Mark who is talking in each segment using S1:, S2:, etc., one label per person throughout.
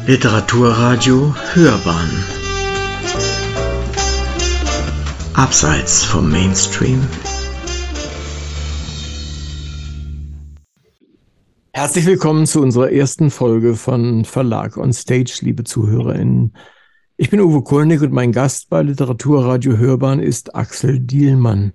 S1: Literaturradio Hörbahn Abseits vom Mainstream.
S2: Herzlich willkommen zu unserer ersten Folge von Verlag on Stage, liebe ZuhörerInnen. Ich bin Uwe Kulnig und mein Gast bei Literaturradio Hörbahn ist Axel Dielmann.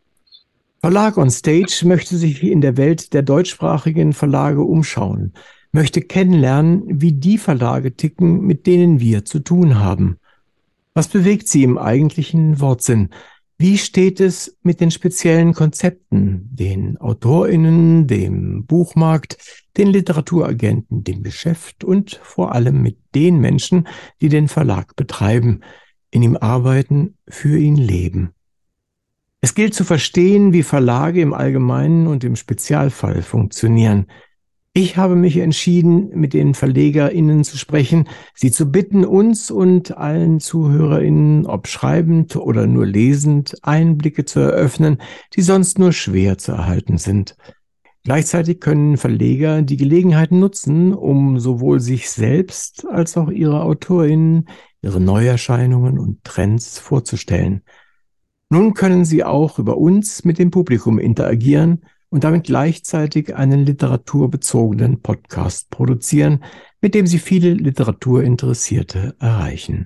S2: Verlag on Stage möchte sich in der Welt der deutschsprachigen Verlage umschauen, möchte kennenlernen, wie die Verlage ticken, mit denen wir zu tun haben. Was bewegt sie im eigentlichen Wortsinn? Wie steht es mit den speziellen Konzepten, den AutorInnen, dem Buchmarkt, den Literaturagenten, dem Geschäft und vor allem mit den Menschen, die den Verlag betreiben, in ihm arbeiten, für ihn leben? Es gilt zu verstehen, wie Verlage im Allgemeinen und im Spezialfall funktionieren. Ich habe mich entschieden, mit den VerlegerInnen zu sprechen, sie zu bitten, uns und allen ZuhörerInnen, ob schreibend oder nur lesend, Einblicke zu eröffnen, die sonst nur schwer zu erhalten sind. Gleichzeitig können Verleger die Gelegenheit nutzen, um sowohl sich selbst als auch ihre AutorInnen, ihre Neuerscheinungen und Trends vorzustellen. Nun können sie auch über uns mit dem Publikum interagieren und damit gleichzeitig einen literaturbezogenen Podcast produzieren, mit dem sie viele Literaturinteressierte erreichen.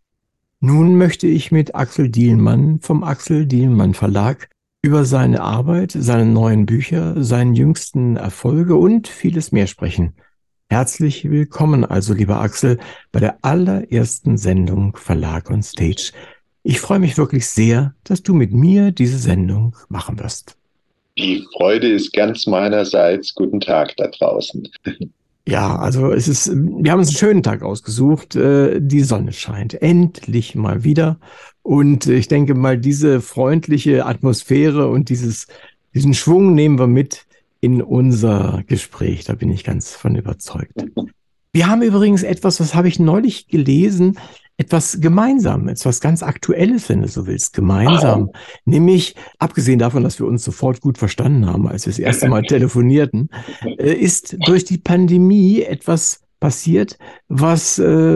S2: Nun möchte ich mit Axel Dielmann vom Axel Dielmann Verlag über seine Arbeit, seine neuen Bücher, seinen jüngsten Erfolge und vieles mehr sprechen. Herzlich willkommen also, lieber Axel, bei der allerersten Sendung Verlag on Stage. Ich freue mich wirklich sehr, dass du mit mir diese Sendung machen wirst.
S3: Die Freude ist ganz meinerseits. Guten Tag da draußen.
S2: Ja, also wir haben uns einen schönen Tag ausgesucht. Die Sonne scheint endlich mal wieder. Und ich denke mal, diese freundliche Atmosphäre und diesen Schwung nehmen wir mit in unser Gespräch. Da bin ich ganz von überzeugt. Wir haben übrigens etwas, was habe ich neulich gelesen, etwas gemeinsam, etwas ganz Aktuelles, wenn du so willst, gemeinsam. Nämlich, abgesehen davon, dass wir uns sofort gut verstanden haben, als wir das erste Mal telefonierten, ist durch die Pandemie etwas passiert, was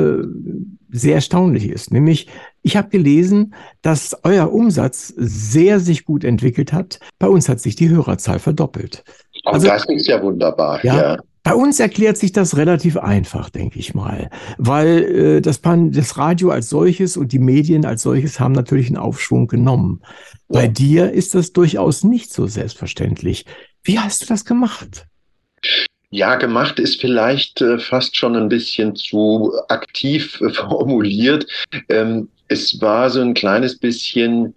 S2: sehr erstaunlich ist. Nämlich, ich habe gelesen, dass euer Umsatz sich gut entwickelt hat. Bei uns hat sich die Hörerzahl verdoppelt.
S3: Also, das ist ja wunderbar, ja.
S2: Bei uns erklärt sich das relativ einfach, denke ich mal, weil das Radio als solches und die Medien als solches haben natürlich einen Aufschwung genommen. Ja. Bei dir ist das durchaus nicht so selbstverständlich. Wie hast du das gemacht?
S3: Ja, gemacht ist vielleicht fast schon ein bisschen zu aktiv formuliert. Es war so ein kleines bisschen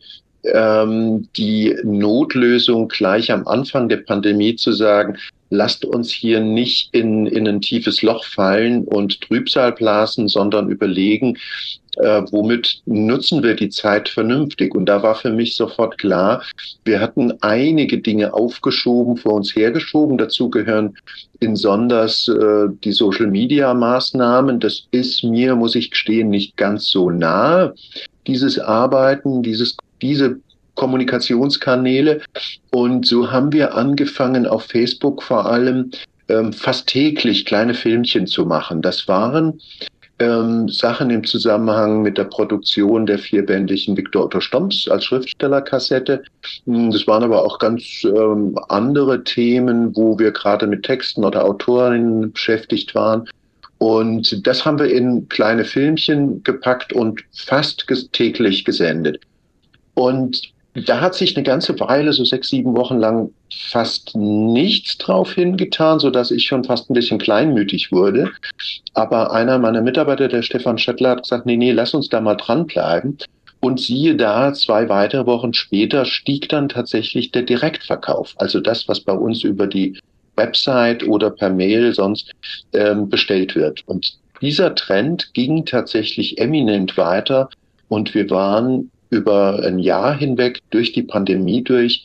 S3: die Notlösung gleich am Anfang der Pandemie zu sagen, lasst uns hier nicht in ein tiefes Loch fallen und Trübsal blasen, sondern überlegen, womit nutzen wir die Zeit vernünftig. Und da war für mich sofort klar, wir hatten einige Dinge aufgeschoben, vor uns hergeschoben. Dazu gehören insonders die Social-Media-Maßnahmen. Das ist mir, muss ich gestehen, nicht ganz so nahe, dieses Arbeiten, diese Kommunikationskanäle. Und so haben wir angefangen, auf Facebook vor allem fast täglich kleine Filmchen zu machen. Das waren Sachen im Zusammenhang mit der Produktion der vierbändigen Viktor Otto Stomps als Schriftstellerkassette. Das waren aber auch ganz andere Themen, wo wir gerade mit Texten oder Autorinnen beschäftigt waren. Und das haben wir in kleine Filmchen gepackt und fast täglich gesendet. Und da hat sich eine ganze Weile, so 6, 7 Wochen lang, fast nichts drauf hingetan, sodass ich schon fast ein bisschen kleinmütig wurde. Aber einer meiner Mitarbeiter, der Stefan Schöttler, hat gesagt, nee, lass uns da mal dranbleiben. Und siehe da, 2 weitere Wochen später stieg dann tatsächlich der Direktverkauf. Also das, was bei uns über die Website oder per Mail sonst bestellt wird. Und dieser Trend ging tatsächlich eminent weiter und wir waren über ein Jahr hinweg durch die Pandemie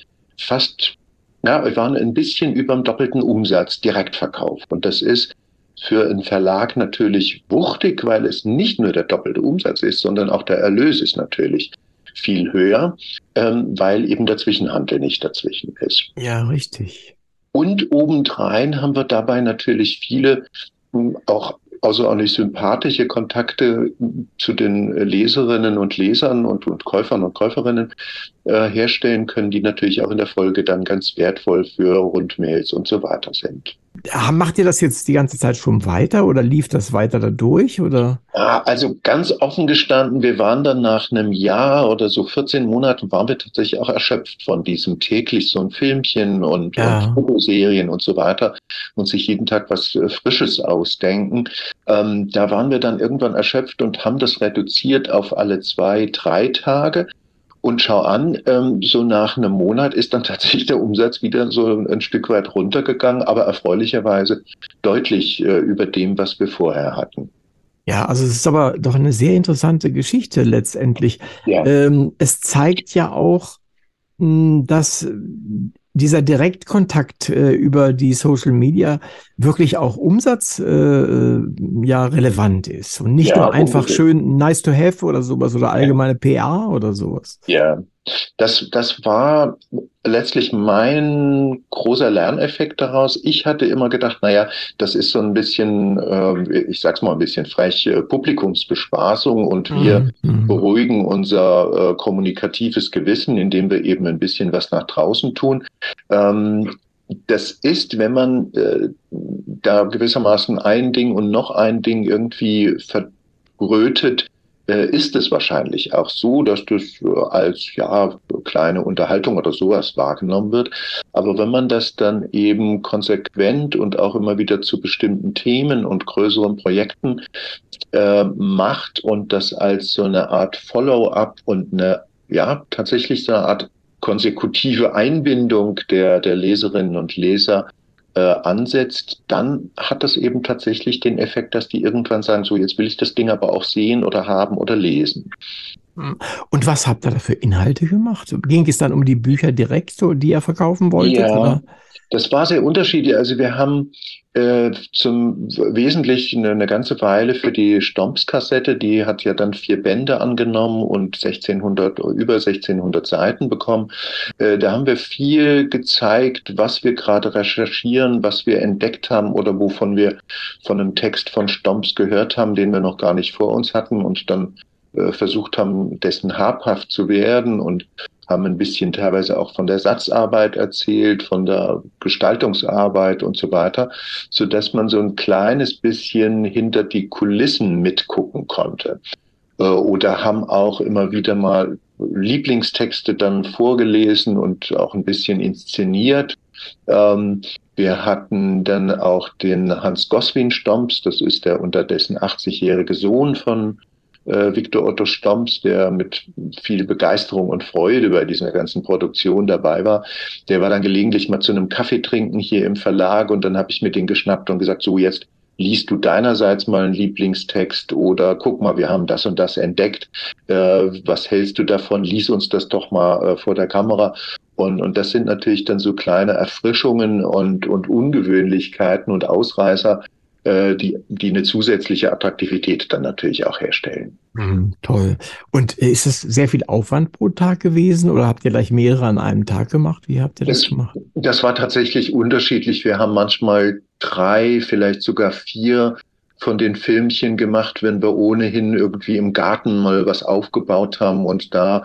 S3: wir waren ein bisschen über dem doppelten Umsatz Direktverkauf. Und das ist für einen Verlag natürlich wuchtig, weil es nicht nur der doppelte Umsatz ist, sondern auch der Erlös ist natürlich viel höher, weil eben der Zwischenhandel nicht dazwischen ist.
S2: Ja, richtig.
S3: Und obendrein haben wir dabei natürlich viele auch außerordentlich sympathische Kontakte zu den Leserinnen und Lesern und Käufern und Käuferinnen herstellen können, die natürlich auch in der Folge dann ganz wertvoll für Rundmails und so weiter sind.
S2: Macht ihr das jetzt die ganze Zeit schon weiter oder lief das weiter dadurch? Oder?
S3: Ja, also ganz offen gestanden, wir waren dann nach einem Jahr oder so 14 Monaten, waren wir tatsächlich auch erschöpft von diesem täglich so ein Filmchen und Fotoserien und so weiter und sich jeden Tag was Frisches ausdenken. Da waren wir dann irgendwann erschöpft und haben das reduziert auf alle 2, 3 Tage. Und schau an, so nach einem Monat ist dann tatsächlich der Umsatz wieder so ein Stück weit runtergegangen, aber erfreulicherweise deutlich über dem, was wir vorher hatten.
S2: Ja, also es ist aber doch eine sehr interessante Geschichte letztendlich.
S3: Ja.
S2: Es zeigt ja auch, dass dieser Direktkontakt über die Social Media wirklich auch Umsatz relevant ist und nicht nur einfach
S3: unbedingt.
S2: schön nice to have oder sowas oder allgemeine PR oder sowas.
S3: Ja, das war letztlich mein großer Lerneffekt daraus. Ich hatte immer gedacht, naja, das ist so ein bisschen, ich sag's mal ein bisschen frech, Publikumsbespaßung und wir beruhigen unser kommunikatives Gewissen, indem wir eben ein bisschen was nach draußen tun. Das ist, wenn man da gewissermaßen ein Ding und noch ein Ding irgendwie vergrötet, ist es wahrscheinlich auch so, dass das als kleine Unterhaltung oder sowas wahrgenommen wird. Aber wenn man das dann eben konsequent und auch immer wieder zu bestimmten Themen und größeren Projekten macht und das als so eine Art Follow-up und tatsächlich so eine Art konsekutive Einbindung der Leserinnen und Leser ansetzt, dann hat das eben tatsächlich den Effekt, dass die irgendwann sagen, so jetzt will ich das Ding aber auch sehen oder haben oder lesen.
S2: Und was habt ihr da für Inhalte gemacht? Ging es dann um die Bücher direkt, so, die ihr verkaufen wolltet?
S3: Ja,
S2: oder?
S3: Das war sehr unterschiedlich. Also wir haben zum Wesentlichen eine ganze Weile für die Stomps-Kassette, die hat ja dann 4 Bände angenommen und über 1600 Seiten bekommen. Da haben wir viel gezeigt, was wir gerade recherchieren, was wir entdeckt haben oder wovon wir von einem Text von Stomps gehört haben, den wir noch gar nicht vor uns hatten und dann versucht haben, dessen habhaft zu werden und haben ein bisschen teilweise auch von der Satzarbeit erzählt, von der Gestaltungsarbeit und so weiter, so dass man so ein kleines bisschen hinter die Kulissen mitgucken konnte. Oder haben auch immer wieder mal Lieblingstexte dann vorgelesen und auch ein bisschen inszeniert. Wir hatten dann auch den Hans Goswin Stomps, das ist der unterdessen 80-jährige Sohn von Viktor Otto Stomps, der mit viel Begeisterung und Freude bei dieser ganzen Produktion dabei war. Der war dann gelegentlich mal zu einem Kaffee trinken hier im Verlag und dann habe ich mir den geschnappt und gesagt, so jetzt liest du deinerseits mal einen Lieblingstext oder guck mal, wir haben das und das entdeckt. Was hältst du davon? Lies uns das doch mal vor der Kamera. Und das sind natürlich dann so kleine Erfrischungen und Ungewöhnlichkeiten und Ausreißer, die eine zusätzliche Attraktivität dann natürlich auch herstellen.
S2: Toll. Und ist es sehr viel Aufwand pro Tag gewesen oder habt ihr gleich mehrere an einem Tag gemacht? Wie habt ihr das gemacht?
S3: Das war tatsächlich unterschiedlich. Wir haben manchmal 3, vielleicht sogar 4 von den Filmchen gemacht, wenn wir ohnehin irgendwie im Garten mal was aufgebaut haben und da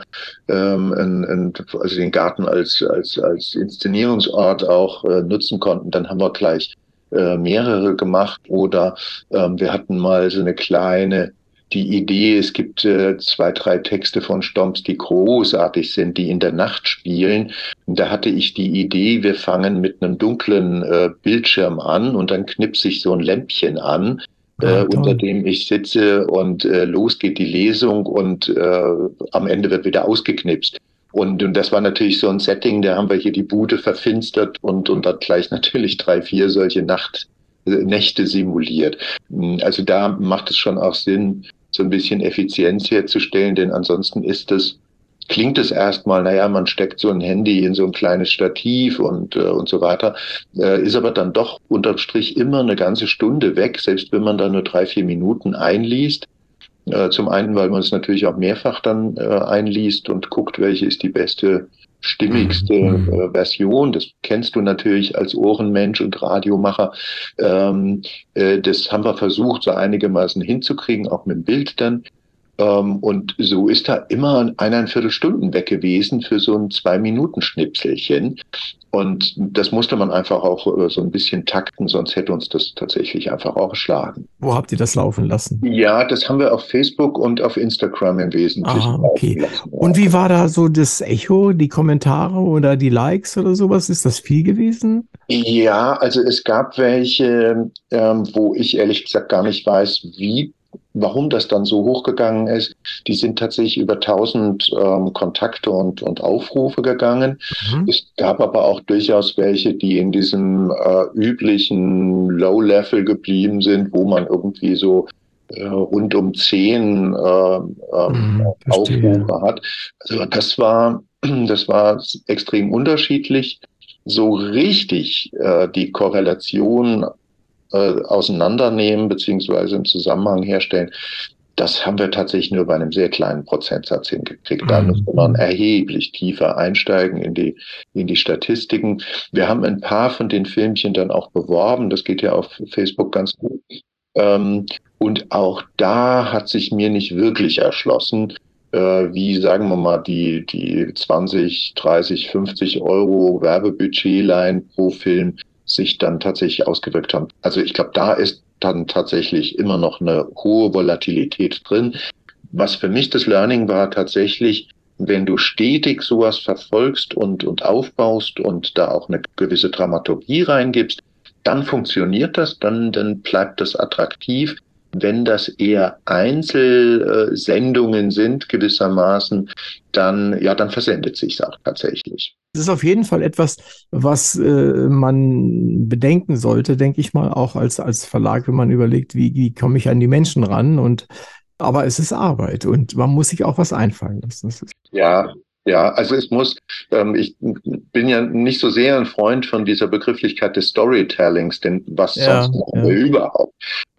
S3: also den Garten als Inszenierungsort auch nutzen konnten, dann haben wir gleich mehrere gemacht oder wir hatten mal so eine kleine die Idee, es gibt 2, 3 Texte von Stomps, die großartig sind, die in der Nacht spielen. Und da hatte ich die Idee, wir fangen mit einem dunklen Bildschirm an und dann knipse ich so ein Lämpchen an, unter dem ich sitze und los geht die Lesung und am Ende wird wieder ausgeknipst. Und das war natürlich so ein Setting, da haben wir hier die Bude verfinstert und dann gleich natürlich 3, 4 solche Nächte simuliert. Also da macht es schon auch Sinn, so ein bisschen Effizienz herzustellen, denn ansonsten klingt es erstmal, naja, man steckt so ein Handy in so ein kleines Stativ und so weiter, ist aber dann doch unterm Strich immer eine ganze Stunde weg, selbst wenn man da nur 3, 4 Minuten einliest. Zum einen, weil man es natürlich auch mehrfach dann einliest und guckt, welche ist die beste stimmigste Version. Das kennst du natürlich als Ohrenmensch und Radiomacher. Das haben wir versucht, so einigermaßen hinzukriegen, auch mit dem Bild dann. Und so ist da immer 1,25 Stunden weg gewesen für so ein 2-Minuten-Schnipselchen. Und das musste man einfach auch so ein bisschen takten, sonst hätte uns das tatsächlich einfach auch erschlagen.
S2: Wo habt ihr das laufen lassen?
S3: Ja, das haben wir auf Facebook und auf Instagram im Wesentlichen
S2: okay.
S3: laufen lassen. Ja.
S2: Und wie war da so das Echo, die Kommentare oder die Likes oder sowas? Ist das viel gewesen?
S3: Ja, also es gab welche, wo ich ehrlich gesagt gar nicht weiß, warum das dann so hochgegangen ist. Die sind tatsächlich über 1000 Kontakte und Aufrufe gegangen. Es gab aber auch durchaus welche, die in diesem üblichen Low-Level geblieben sind, wo man irgendwie so rund um 10 Aufrufe hat. Also das war extrem unterschiedlich. So richtig die Korrelation auseinandernehmen beziehungsweise im Zusammenhang herstellen, das haben wir tatsächlich nur bei einem sehr kleinen Prozentsatz hingekriegt. Da müsste man erheblich tiefer einsteigen in die Statistiken. Wir haben ein paar von den Filmchen dann auch beworben. Das geht ja auf Facebook ganz gut. Und auch da hat sich mir nicht wirklich erschlossen, wie, sagen wir mal, die 20, 30, 50 Euro Werbebudgetlein pro Film sich dann tatsächlich ausgewirkt haben. Also ich glaube, da ist dann tatsächlich immer noch eine hohe Volatilität drin. Was für mich das Learning war tatsächlich, wenn du stetig sowas verfolgst und aufbaust und da auch eine gewisse Dramaturgie reingibst, dann funktioniert das, dann bleibt das attraktiv. Wenn das eher Einzelsendungen sind gewissermaßen, dann versendet sich's auch tatsächlich.
S2: Das ist auf jeden Fall etwas, was man bedenken sollte, denke ich mal, auch als Verlag, wenn man überlegt, wie komme ich an die Menschen ran. Aber es ist Arbeit und man muss sich auch was einfallen lassen.
S3: Ja, also es muss, ich bin ja nicht so sehr ein Freund von dieser Begrifflichkeit des Storytellings, denn was sonst machen wir überhaupt?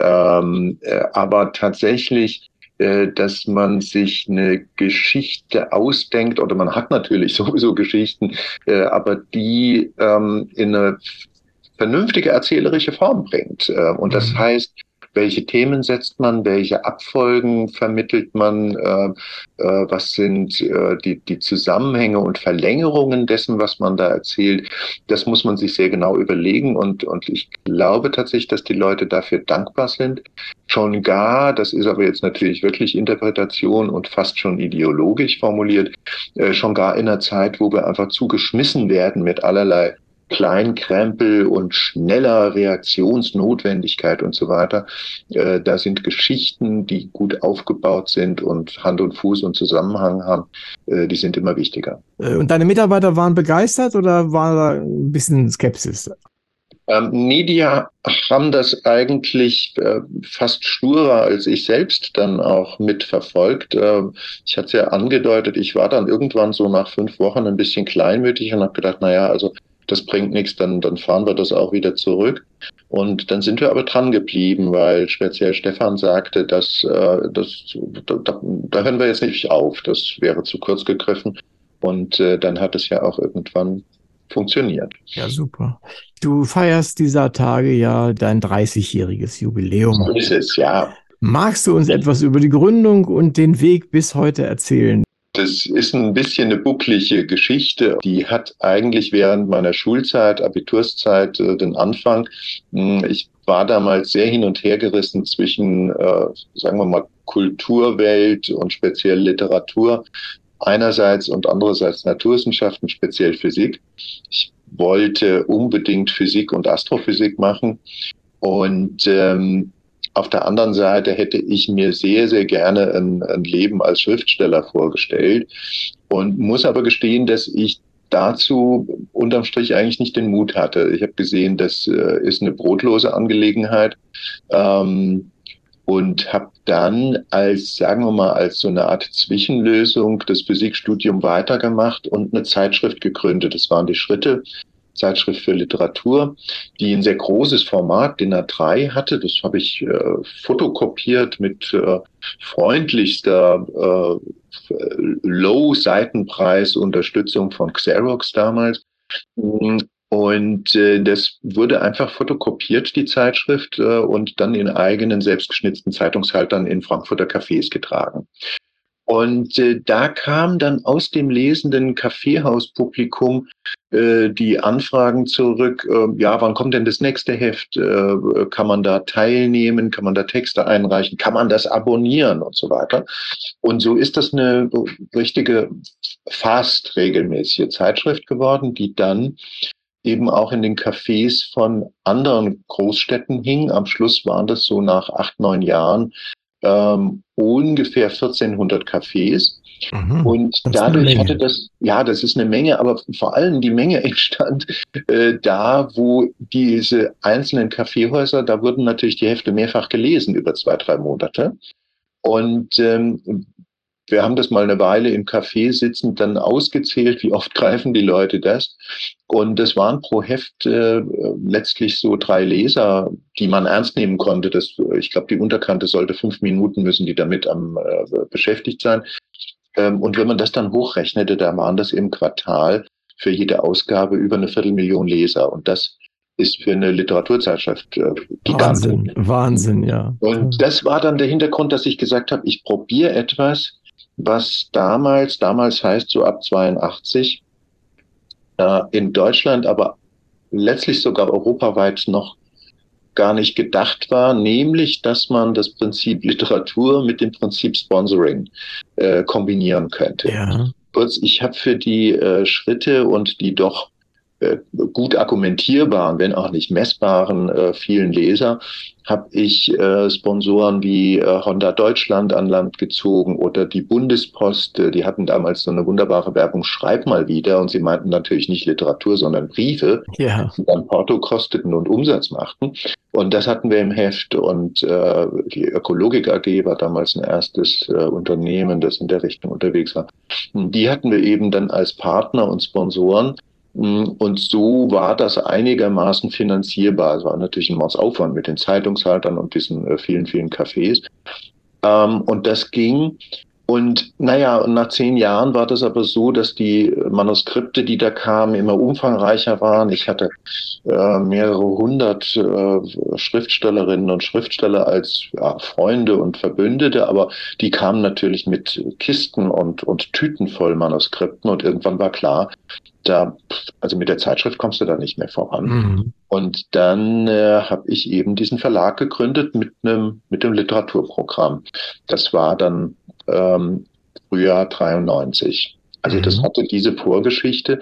S3: Aber tatsächlich, dass man sich eine Geschichte ausdenkt, oder man hat natürlich sowieso Geschichten, aber die in eine vernünftige erzählerische Form bringt. Und das heißt, welche Themen setzt man, welche Abfolgen vermittelt man, was sind die Zusammenhänge und Verlängerungen dessen, was man da erzählt. Das muss man sich sehr genau überlegen und ich glaube tatsächlich, dass die Leute dafür dankbar sind. Schon gar, das ist aber jetzt natürlich wirklich Interpretation und fast schon ideologisch formuliert, schon gar in einer Zeit, wo wir einfach zugeschmissen werden mit allerlei Kleinkrempel und schneller Reaktionsnotwendigkeit und so weiter. Da sind Geschichten, die gut aufgebaut sind und Hand und Fuß und Zusammenhang haben, die sind immer wichtiger.
S2: Und deine Mitarbeiter waren begeistert oder war da ein bisschen Skepsis?
S3: Nee, die haben das eigentlich fast sturer als ich selbst dann auch mitverfolgt. Ich hatte es ja angedeutet, ich war dann irgendwann so nach 5 Wochen ein bisschen kleinmütig und habe gedacht, naja, also das bringt nichts, dann fahren wir das auch wieder zurück. Und dann sind wir aber dran geblieben, weil speziell Stefan sagte, da hören wir jetzt nicht auf, das wäre zu kurz gegriffen. Und dann hat es ja auch irgendwann funktioniert.
S2: Ja, super. Du feierst dieser Tage ja dein 30-jähriges Jubiläum.
S3: So ist es, ja.
S2: Magst du uns etwas über die Gründung und den Weg bis heute erzählen?
S3: Das ist ein bisschen eine bucklige Geschichte. Die hat eigentlich während meiner Schulzeit, Abiturszeit, den Anfang. Ich war damals sehr hin und her gerissen zwischen, sagen wir mal, Kulturwelt und speziell Literatur einerseits und andererseits Naturwissenschaften, speziell Physik. Ich wollte unbedingt Physik und Astrophysik machen und auf der anderen Seite hätte ich mir sehr, sehr gerne ein Leben als Schriftsteller vorgestellt und muss aber gestehen, dass ich dazu unterm Strich eigentlich nicht den Mut hatte. Ich habe gesehen, das ist eine brotlose Angelegenheit und habe dann sagen wir mal, als so eine Art Zwischenlösung das Physikstudium weitergemacht und eine Zeitschrift gegründet. Das waren die Schritte. Zeitschrift für Literatur, die ein sehr großes Format, DIN A3 hatte. Das habe ich fotokopiert mit freundlichster Low-Seitenpreis-Unterstützung von Xerox damals. Und das wurde einfach fotokopiert, die Zeitschrift, und dann in eigenen selbstgeschnitzten Zeitungshaltern in Frankfurter Cafés getragen. Und da kam dann aus dem lesenden Kaffeehauspublikum die Anfragen zurück, ja, wann kommt denn das nächste Heft? Kann man da teilnehmen? Kann man da Texte einreichen? Kann man das abonnieren und so weiter? Und so ist das eine richtige, fast regelmäßige Zeitschrift geworden, die dann eben auch in den Cafés von anderen Großstädten hing. Am Schluss waren das so nach 8, 9 Jahren ungefähr 1400 Cafés. Und dadurch hatte das, ja, das ist eine Menge, aber vor allem die Menge entstand da, wo diese einzelnen Kaffeehäuser, da wurden natürlich die Hefte mehrfach gelesen über 2, 3 Monate. Und wir haben das mal eine Weile im Café sitzend dann ausgezählt, wie oft greifen die Leute das. Und das waren pro Heft letztlich so 3 Leser, die man ernst nehmen konnte. Ich glaube, die Unterkante sollte 5 Minuten, müssen die damit beschäftigt sein. Und wenn man das dann hochrechnete, da waren das im Quartal für jede Ausgabe über 250.000 Leser. Und das ist für eine Literaturzeitschrift gigantisch.
S2: Wahnsinn, ja.
S3: Und das war dann der Hintergrund, dass ich gesagt habe, ich probiere etwas, was damals heißt so ab 82, in Deutschland, aber letztlich sogar europaweit noch gar nicht gedacht war, nämlich, dass man das Prinzip Literatur mit dem Prinzip Sponsoring kombinieren könnte.
S2: Ja.
S3: Kurz, ich habe für die Schritte und die doch gut argumentierbaren, wenn auch nicht messbaren vielen Leser, habe ich Sponsoren wie Honda Deutschland an Land gezogen oder die Bundespost. Die hatten damals so eine wunderbare Werbung, schreib mal wieder. Und sie meinten natürlich nicht Literatur, sondern Briefe, die dann Porto kosteten und Umsatz machten. Und das hatten wir im Heft. Und die Ökologik AG war damals ein erstes Unternehmen, das in der Richtung unterwegs war. Die hatten wir eben dann als Partner und Sponsoren. Und so war das einigermaßen finanzierbar. Es war natürlich ein Mordsaufwand mit den Zeitungshaltern und diesen vielen, vielen Cafés. Und das ging. Und naja, nach 10 Jahren war das aber so, dass die Manuskripte, die da kamen, immer umfangreicher waren. Ich hatte mehrere 100 Schriftstellerinnen und Schriftsteller als Freunde und Verbündete, aber die kamen natürlich mit Kisten und Tüten voll Manuskripten. Und irgendwann war klar, also mit der Zeitschrift kommst du da nicht mehr voran. Mhm. Und dann habe ich eben diesen Verlag gegründet mit einem Literaturprogramm. Das war dann Frühjahr 93. Also das hatte diese Vorgeschichte.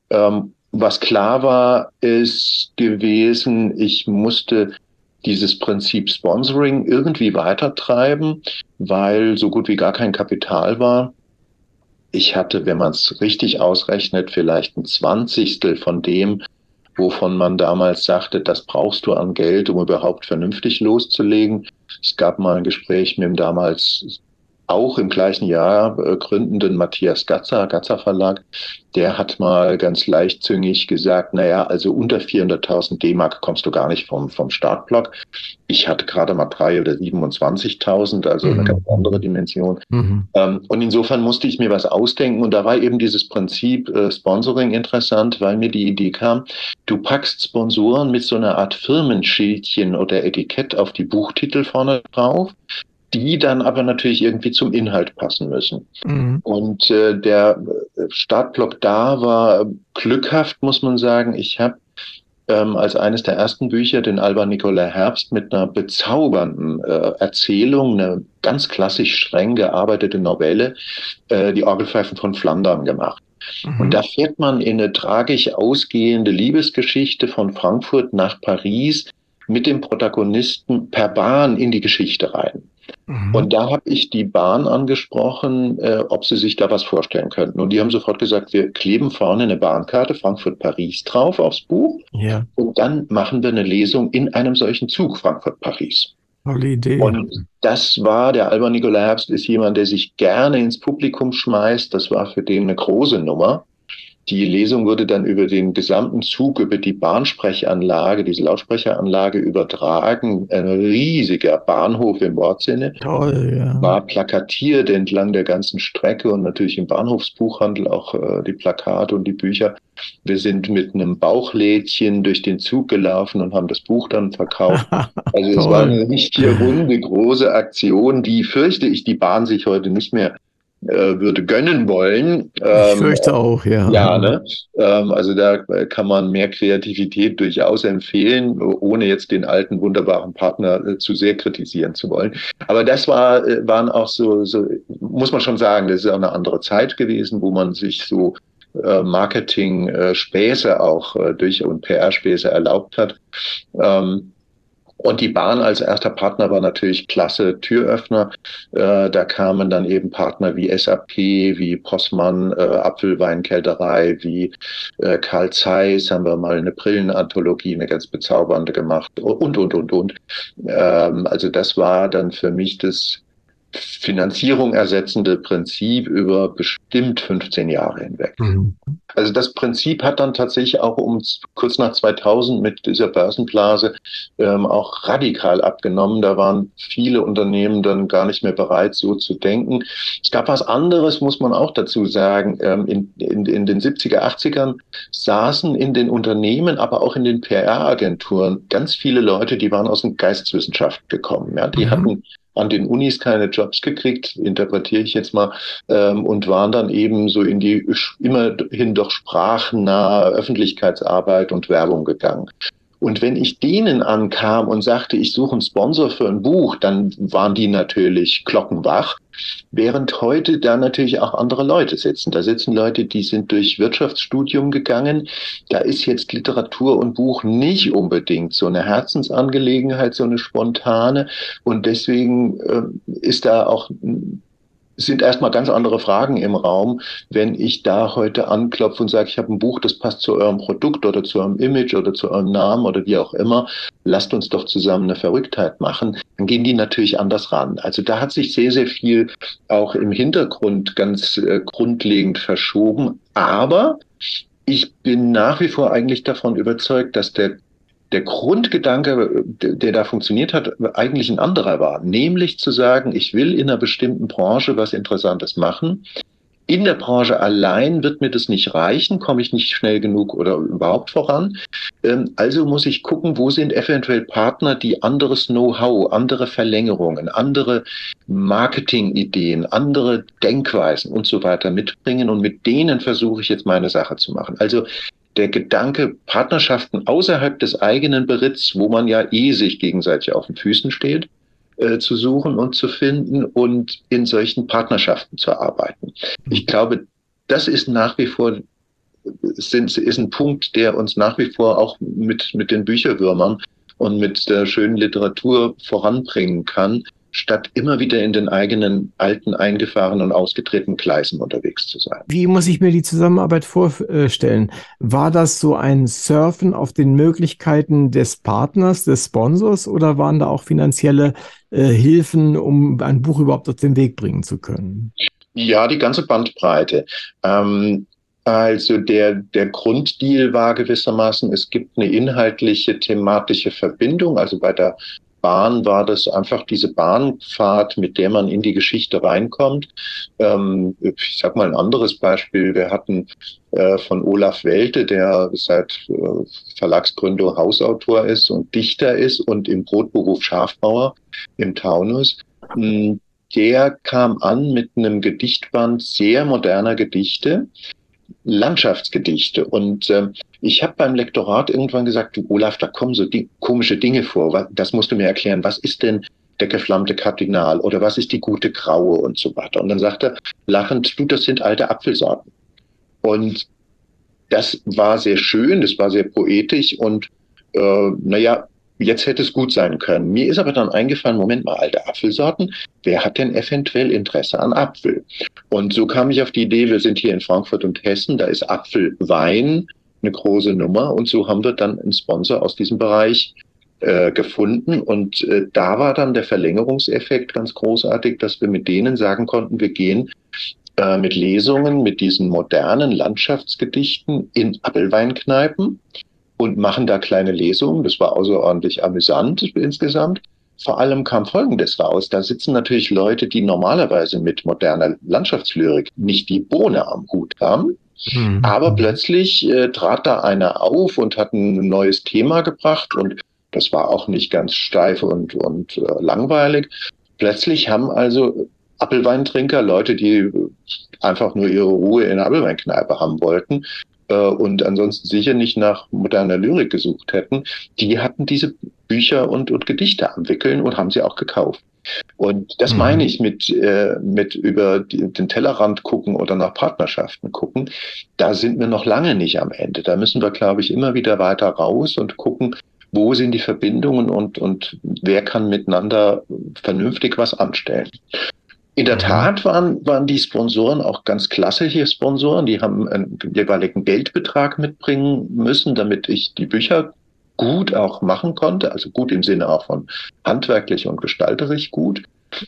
S3: Was klar war, ist gewesen, ich musste dieses Prinzip Sponsoring irgendwie weitertreiben, weil so gut wie gar kein Kapital war. Ich hatte, wenn man es richtig ausrechnet, vielleicht 1/20 von dem, wovon man damals sagte, das brauchst du an Geld, um überhaupt vernünftig loszulegen. Es gab mal ein Gespräch mit dem damals auch im gleichen Jahr gründenden Matthias Gatzer Verlag. Der hat mal ganz leichtzüngig gesagt, naja, also unter 400.000 D-Mark kommst du gar nicht vom Startblock. Ich hatte gerade mal 3 oder 27.000, also eine ganz andere Dimension. Und insofern musste ich mir was ausdenken. Und da war eben dieses Prinzip Sponsoring interessant, weil mir die Idee kam, du packst Sponsoren mit so einer Art Firmenschildchen oder Etikett auf die Buchtitel vorne drauf, die dann aber natürlich irgendwie zum Inhalt passen müssen. Und der Startblock da war glückhaft, muss man sagen. Ich habe als eines der ersten Bücher den Alban Nikolai Herbst mit einer bezaubernden Erzählung, eine ganz klassisch streng gearbeitete Novelle, die Orgelpfeifen von Flandern gemacht. Und da fährt man in eine tragisch ausgehende Liebesgeschichte von Frankfurt nach Paris mit dem Protagonisten per Bahn in die Geschichte rein. Und da habe ich die Bahn angesprochen, ob sie sich da was vorstellen könnten. Und die haben sofort gesagt, wir kleben vorne eine Bahnkarte Frankfurt-Paris drauf aufs Buch. Ja. Und dann machen wir eine Lesung in einem solchen Zug Frankfurt-Paris.
S2: Tolle Idee.
S3: Und das war, der Alban Nikolai Herbst ist jemand, der sich gerne ins Publikum schmeißt. Das war für den eine große Nummer. Die Lesung wurde dann über den gesamten Zug, über die Bahnsprechanlage, diese Lautsprecheranlage übertragen. Ein riesiger Bahnhof im Wortsinne.
S2: Toll, ja.
S3: War plakatiert entlang der ganzen Strecke und natürlich im Bahnhofsbuchhandel auch die Plakate und die Bücher. Wir sind mit einem Bauchlädchen durch den Zug gelaufen und haben das Buch dann verkauft. Also es war eine richtige runde, große Aktion, die, fürchte ich, die Bahn sich heute nicht mehr würde gönnen wollen.
S2: Ich fürchte auch, ja.
S3: Ja, ne? Also da kann man mehr Kreativität durchaus empfehlen, ohne jetzt den alten, wunderbaren Partner zu sehr kritisieren zu wollen. Aber das waren auch so, muss man schon sagen, das ist auch eine andere Zeit gewesen, wo man sich so Marketing-Späße auch durch und PR-Späße erlaubt hat. Und die Bahn als erster Partner war natürlich klasse Türöffner. Da kamen dann eben Partner wie SAP, wie Possmann, Apfelweinkälterei, wie Carl Zeiss, haben wir mal eine Brillenanthologie, eine ganz bezaubernde gemacht und. Also das war dann für mich das Finanzierung ersetzende Prinzip über bestimmt 15 Jahre hinweg.
S2: Mhm.
S3: Also das Prinzip hat dann tatsächlich auch kurz nach 2000 mit dieser Börsenblase auch radikal abgenommen. Da waren viele Unternehmen dann gar nicht mehr bereit, so zu denken. Es gab was anderes, muss man auch dazu sagen. In den 70er, 80ern saßen in den Unternehmen, aber auch in den PR-Agenturen ganz viele Leute, die waren aus den Geisteswissenschaften gekommen. Ja, die hatten an den Unis keine Jobs gekriegt, interpretiere ich jetzt mal, und waren dann eben so in die immerhin doch sprachnahe Öffentlichkeitsarbeit und Werbung gegangen. Und wenn ich denen ankam und sagte, ich suche einen Sponsor für ein Buch, dann waren die natürlich glockenwach, während heute da natürlich auch andere Leute sitzen. Da sitzen Leute, die sind durch Wirtschaftsstudium gegangen. Da ist jetzt Literatur und Buch nicht unbedingt so eine Herzensangelegenheit, so eine spontane. Und deswegen ist da auch sind erstmal ganz andere Fragen im Raum, wenn ich da heute anklopfe und sage, ich habe ein Buch, das passt zu eurem Produkt oder zu eurem Image oder zu eurem Namen oder wie auch immer, lasst uns doch zusammen eine Verrücktheit machen, dann gehen die natürlich anders ran. Also da hat sich sehr, sehr viel auch im Hintergrund ganz grundlegend verschoben, aber ich bin nach wie vor eigentlich davon überzeugt, dass der Grundgedanke, der da funktioniert hat, eigentlich ein anderer war. Nämlich zu sagen, ich will in einer bestimmten Branche was Interessantes machen. In der Branche allein wird mir das nicht reichen, komme ich nicht schnell genug oder überhaupt voran. Also muss ich gucken, wo sind eventuell Partner, die anderes Know-how, andere Verlängerungen, andere Marketingideen, andere Denkweisen und so weiter mitbringen. Und mit denen versuche ich jetzt meine Sache zu machen. Also der Gedanke, Partnerschaften außerhalb des eigenen Beritts, wo man ja sich gegenseitig auf den Füßen steht, zu suchen und zu finden und in solchen Partnerschaften zu arbeiten. Ich glaube, das ist nach wie vor, ist ein Punkt, der uns nach wie vor auch mit den Bücherwürmern und mit der schönen Literatur voranbringen kann, statt immer wieder in den eigenen alten, eingefahrenen und ausgetretenen Gleisen unterwegs zu sein.
S2: Wie muss ich mir die Zusammenarbeit vorstellen? War das so ein Surfen auf den Möglichkeiten des Partners, des Sponsors, oder waren da auch finanzielle Hilfen, um ein Buch überhaupt auf den Weg bringen zu können?
S3: Ja, die ganze Bandbreite. Also der Grunddeal war gewissermaßen, es gibt eine inhaltliche, thematische Verbindung. Also bei der Bahn war das einfach diese Bahnfahrt, mit der man in die Geschichte reinkommt. Ich sag mal ein anderes Beispiel. Wir hatten von Olaf Welte, der seit Verlagsgründung Hausautor ist und Dichter ist und im Brotberuf Schafbauer im Taunus. Der kam an mit einem Gedichtband sehr moderner Gedichte, Landschaftsgedichte. Und ich habe beim Lektorat irgendwann gesagt, du Olaf, da kommen so komische Dinge vor. Das musst du mir erklären. Was ist denn der geflammte Kardinal oder was ist die gute Graue und so weiter? Und dann sagt er lachend, du, das sind alte Apfelsorten. Und das war sehr schön, das war sehr poetisch und jetzt hätte es gut sein können. Mir ist aber dann eingefallen, Moment mal, alte Apfelsorten, wer hat denn eventuell Interesse an Apfel? Und so kam ich auf die Idee, wir sind hier in Frankfurt und Hessen, da ist Apfelwein eine große Nummer und so haben wir dann einen Sponsor aus diesem Bereich gefunden und da war dann der Verlängerungseffekt ganz großartig, dass wir mit denen sagen konnten, wir gehen mit Lesungen, mit diesen modernen Landschaftsgedichten in Apfelweinkneipen und machen da kleine Lesungen. Das war außerordentlich amüsant insgesamt. Vor allem kam Folgendes raus. Da sitzen natürlich Leute, die normalerweise mit moderner Landschaftslyrik nicht die Bohne am Hut haben. Aber plötzlich trat da einer auf und hat ein neues Thema gebracht und das war auch nicht ganz steif und langweilig. Plötzlich haben also Apfelweintrinker, Leute, die einfach nur ihre Ruhe in der Apfelweinkneipe haben wollten und ansonsten sicher nicht nach moderner Lyrik gesucht hätten, die hatten diese Bücher und Gedichte am Wickeln und haben sie auch gekauft. Und das meine ich mit über den Tellerrand gucken oder nach Partnerschaften gucken. Da sind wir noch lange nicht am Ende. Da müssen wir, glaube ich, immer wieder weiter raus und gucken, wo sind die Verbindungen und wer kann miteinander vernünftig was anstellen. In der Tat waren die Sponsoren auch ganz klassische Sponsoren. Die haben einen jeweiligen Geldbetrag mitbringen müssen, damit ich die Bücher gut auch machen konnte, also gut im Sinne auch von handwerklich und gestalterisch gut.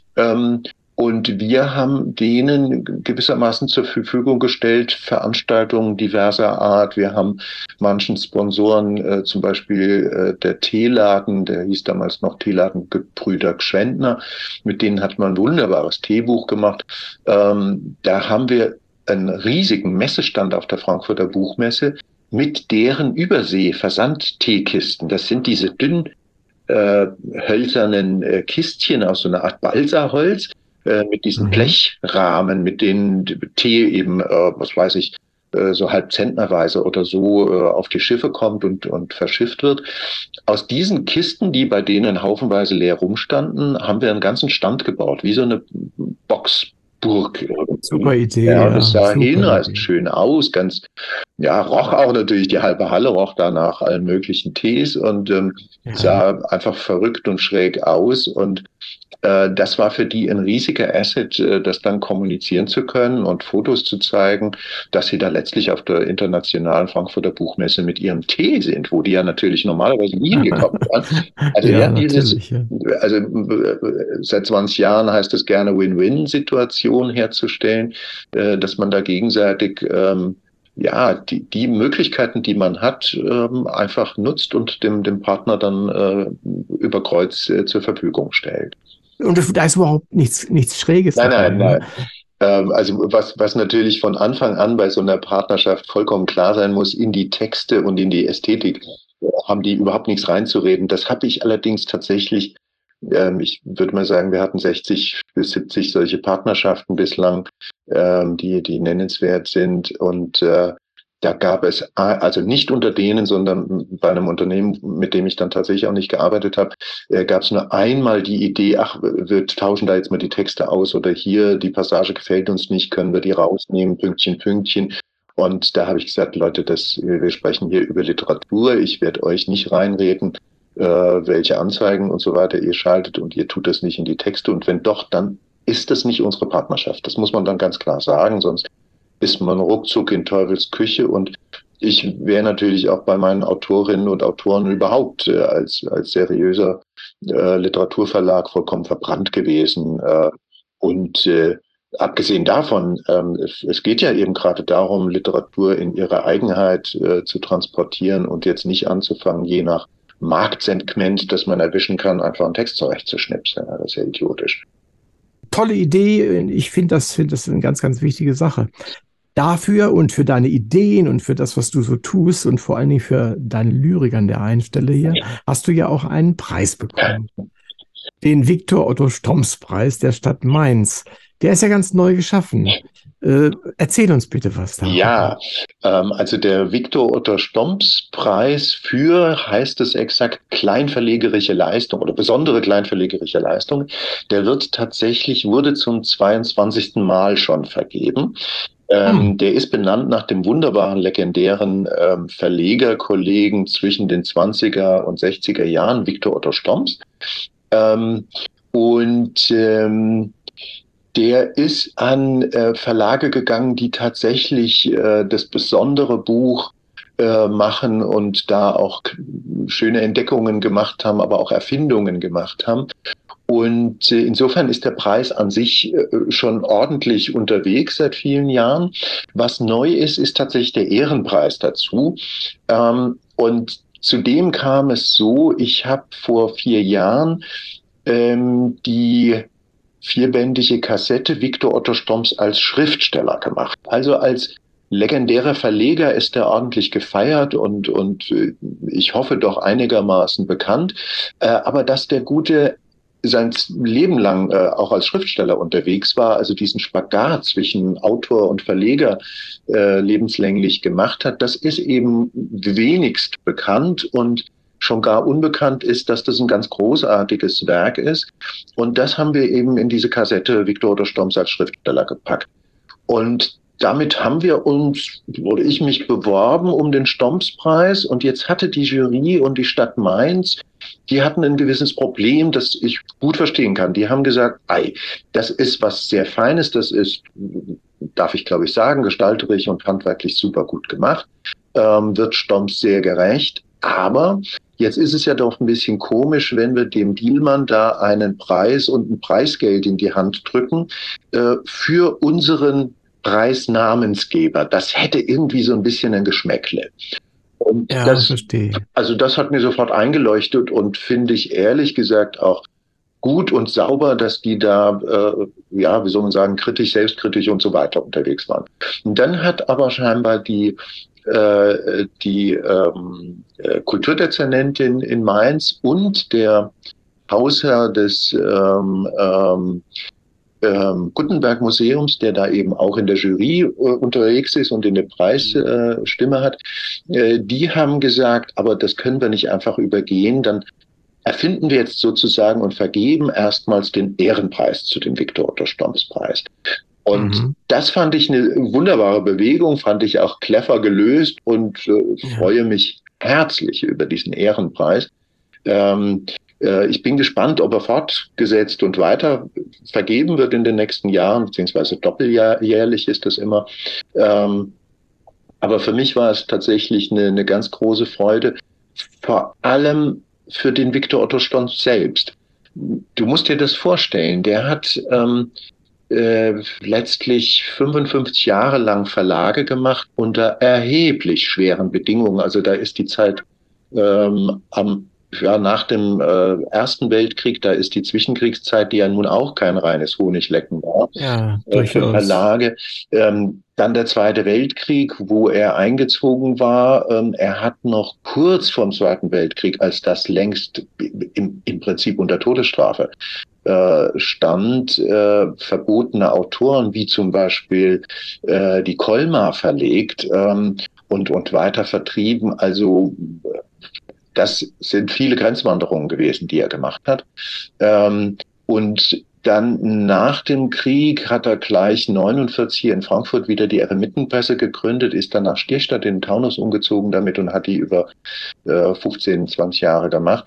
S3: Und wir haben denen gewissermaßen zur Verfügung gestellt, Veranstaltungen diverser Art. Wir haben manchen Sponsoren, zum Beispiel der Teeladen, der hieß damals noch Teeladen Gebrüder Gschwendner, mit denen hat man ein wunderbares Teebuch gemacht. Da haben wir einen riesigen Messestand auf der Frankfurter Buchmesse mit deren Übersee-Versandteekisten. Das sind diese dünn hölzernen Kistchen aus so einer Art Balsaholz mit diesen Blechrahmen, mit denen Tee eben, was weiß ich, so halb zentnerweise oder so auf die Schiffe kommt und verschifft wird. Aus diesen Kisten, die bei denen haufenweise leer rumstanden, haben wir einen ganzen Stand gebaut, wie so eine Boxburg.
S2: Super Idee.
S3: Ja, das sah hinreißend schön aus, roch auch natürlich, die halbe Halle roch da nach allen möglichen Tees und sah einfach verrückt und schräg aus und das war für die ein riesiger Asset, das dann kommunizieren zu können und Fotos zu zeigen, dass sie da letztlich auf der internationalen Frankfurter Buchmesse mit ihrem Tee sind, wo die ja natürlich normalerweise nie hingekommen waren. Also seit 20 Jahren heißt es gerne Win-Win-Situation herzustellen, dass man da gegenseitig die Möglichkeiten, die man hat, einfach nutzt und dem Partner dann über Kreuz zur Verfügung stellt.
S2: Und da ist überhaupt nichts Schräges
S3: dabei. Nein. Also was natürlich von Anfang an bei so einer Partnerschaft vollkommen klar sein muss, in die Texte und in die Ästhetik haben die überhaupt nichts reinzureden. Das habe ich allerdings tatsächlich, ich würde mal sagen, wir hatten 60 bis 70 solche Partnerschaften bislang, die nennenswert sind und da gab es, also nicht unter denen, sondern bei einem Unternehmen, mit dem ich dann tatsächlich auch nicht gearbeitet habe, gab es nur einmal die Idee, wir tauschen da jetzt mal die Texte aus oder hier, die Passage gefällt uns nicht, können wir die rausnehmen, Pünktchen, Pünktchen. Und da habe ich gesagt, Leute, wir sprechen hier über Literatur, ich werde euch nicht reinreden, welche Anzeigen und so weiter ihr schaltet und ihr tut das nicht in die Texte. Und wenn doch, dann ist das nicht unsere Partnerschaft. Das muss man dann ganz klar sagen, sonst ist man ruckzuck in Teufels Küche und ich wäre natürlich auch bei meinen Autorinnen und Autoren überhaupt als seriöser Literaturverlag vollkommen verbrannt gewesen. Abgesehen davon, es geht ja eben gerade darum, Literatur in ihrer Eigenheit zu transportieren und jetzt nicht anzufangen, je nach Marktsegment, das man erwischen kann, einfach einen Text zurechtzuschnipseln. Das ist ja idiotisch.
S2: Tolle Idee. Ich finde das eine ganz, ganz wichtige Sache. Dafür und für deine Ideen und für das, was du so tust und vor allen Dingen für deine Lyrik an der einen Stelle hier, hast du ja auch einen Preis bekommen. Den Viktor-Otto-Stomps-Preis der Stadt Mainz. Der ist ja ganz neu geschaffen. Erzähl uns bitte was da.
S3: Ja, also der Viktor-Otto-Stomps-Preis heißt es exakt, kleinverlegerische Leistung oder besondere kleinverlegerische Leistung. Der wurde zum 22. Mal schon vergeben. Der ist benannt nach dem wunderbaren, legendären Verlegerkollegen zwischen den 20er und 60er Jahren, Viktor Otto Stomps. Der ist an Verlage gegangen, die tatsächlich das besondere Buch machen und da auch schöne Entdeckungen gemacht haben, aber auch Erfindungen gemacht haben. Und insofern ist der Preis an sich schon ordentlich unterwegs seit vielen Jahren. Was neu ist, ist tatsächlich der Ehrenpreis dazu. Und zudem kam es so, ich habe vor 4 Jahren die 4-bändige Kassette Viktor Otto Stomps als Schriftsteller gemacht. Also als legendärer Verleger ist er ordentlich gefeiert und ich hoffe doch einigermaßen bekannt. Aber dass der Gute sein Leben lang auch als Schriftsteller unterwegs war, also diesen Spagat zwischen Autor und Verleger lebenslänglich gemacht hat, das ist eben wenigst bekannt, und schon gar unbekannt ist, dass das ein ganz großartiges Werk ist. Und das haben wir eben in diese Kassette Viktor Otto Stomps als Schriftsteller gepackt. Und damit haben wir uns, oder ich mich, beworben um den Stomps-Preis. Und jetzt hatte die Jury und die Stadt Mainz, die hatten ein gewisses Problem, das ich gut verstehen kann. Die haben gesagt, das ist was sehr Feines, das ist, darf ich glaube ich sagen, gestalterisch und handwerklich super gut gemacht, wird Stomps sehr gerecht. Aber jetzt ist es ja doch ein bisschen komisch, wenn wir dem Dielmann da einen Preis und ein Preisgeld in die Hand drücken für unseren Preisnamensgeber. Das hätte irgendwie so ein bisschen ein Geschmäckle. Und
S2: Ja,
S3: das,
S2: verstehe.
S3: also das hat mir sofort eingeleuchtet und finde ich ehrlich gesagt auch gut und sauber, dass die da, wie soll man sagen, kritisch, selbstkritisch und so weiter unterwegs waren. Und dann hat aber scheinbar die Kulturdezernentin in Mainz und der Hausherr des Gutenberg-Museums, der da eben auch in der Jury unterwegs ist und in der Preisstimme hat, die haben gesagt, aber das können wir nicht einfach übergehen, dann erfinden wir jetzt sozusagen und vergeben erstmals den Ehrenpreis zu dem Viktor Otto Stomps Preis. Und das fand ich eine wunderbare Bewegung, fand ich auch clever gelöst und freue mich herzlich über diesen Ehrenpreis. Ich bin gespannt, ob er fortgesetzt und weiter vergeben wird in den nächsten Jahren, beziehungsweise doppeljährlich ist das immer. Aber für mich war es tatsächlich eine ganz große Freude, vor allem für den Viktor Otto Stomps selbst. Du musst dir das vorstellen, der hat letztlich 55 Jahre lang Verlage gemacht unter erheblich schweren Bedingungen. Also da ist die Zeit nach dem Ersten Weltkrieg, da ist die Zwischenkriegszeit, die ja nun auch kein reines Honiglecken war, für Verlage. Dann der Zweite Weltkrieg, wo er eingezogen war. Er hat noch kurz vorm Zweiten Weltkrieg, als das längst im Prinzip unter Todesstrafe stand, verbotene Autoren wie zum Beispiel die Kolmar verlegt und weiter vertrieben. Also das sind viele Grenzwanderungen gewesen, die er gemacht hat. Und dann nach dem Krieg hat er gleich 49 hier in Frankfurt wieder die Eremitenpresse gegründet, ist dann nach Stierstadt in den Taunus umgezogen damit und hat die über 15, 20 Jahre gemacht.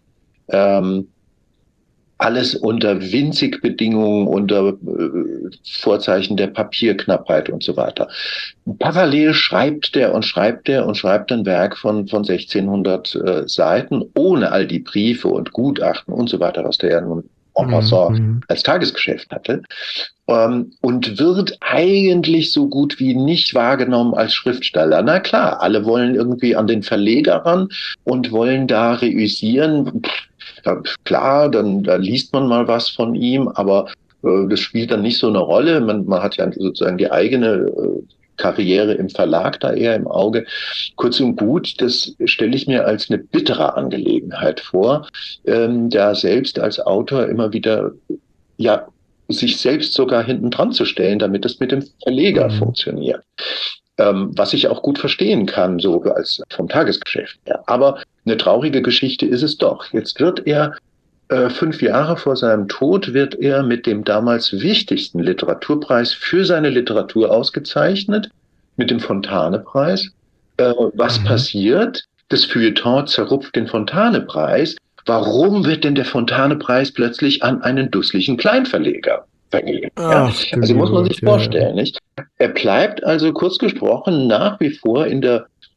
S3: Alles unter winzig Bedingungen, unter Vorzeichen der Papierknappheit und so weiter. Parallel schreibt er und schreibt ein Werk von 1600 Seiten, ohne all die Briefe und Gutachten und so weiter, was der ja nun en passant als Tagesgeschäft hatte. Und wird eigentlich so gut wie nicht wahrgenommen als Schriftsteller. Na klar, alle wollen irgendwie an den Verleger ran und wollen da reüssieren. Klar, da liest man mal was von ihm, aber das spielt dann nicht so eine Rolle. Man hat ja sozusagen die eigene Karriere im Verlag da eher im Auge. Kurz und gut, das stelle ich mir als eine bittere Angelegenheit vor, da selbst als Autor immer wieder sich selbst sogar hinten dran zu stellen, damit es mit dem Verleger funktioniert. Was ich auch gut verstehen kann, so als vom Tagesgeschäft her. Aber eine traurige Geschichte ist es doch. Jetzt wird er 5 Jahre vor seinem Tod wird er mit dem damals wichtigsten Literaturpreis für seine Literatur ausgezeichnet, mit dem Fontane-Preis. Was passiert? Das Feuilleton zerrupft den Fontane-Preis. Warum wird denn der Fontane-Preis plötzlich an einen dusseligen Kleinverleger vergeben? Also muss man sich vorstellen, nicht? Er bleibt also kurz gesprochen nach wie vor in der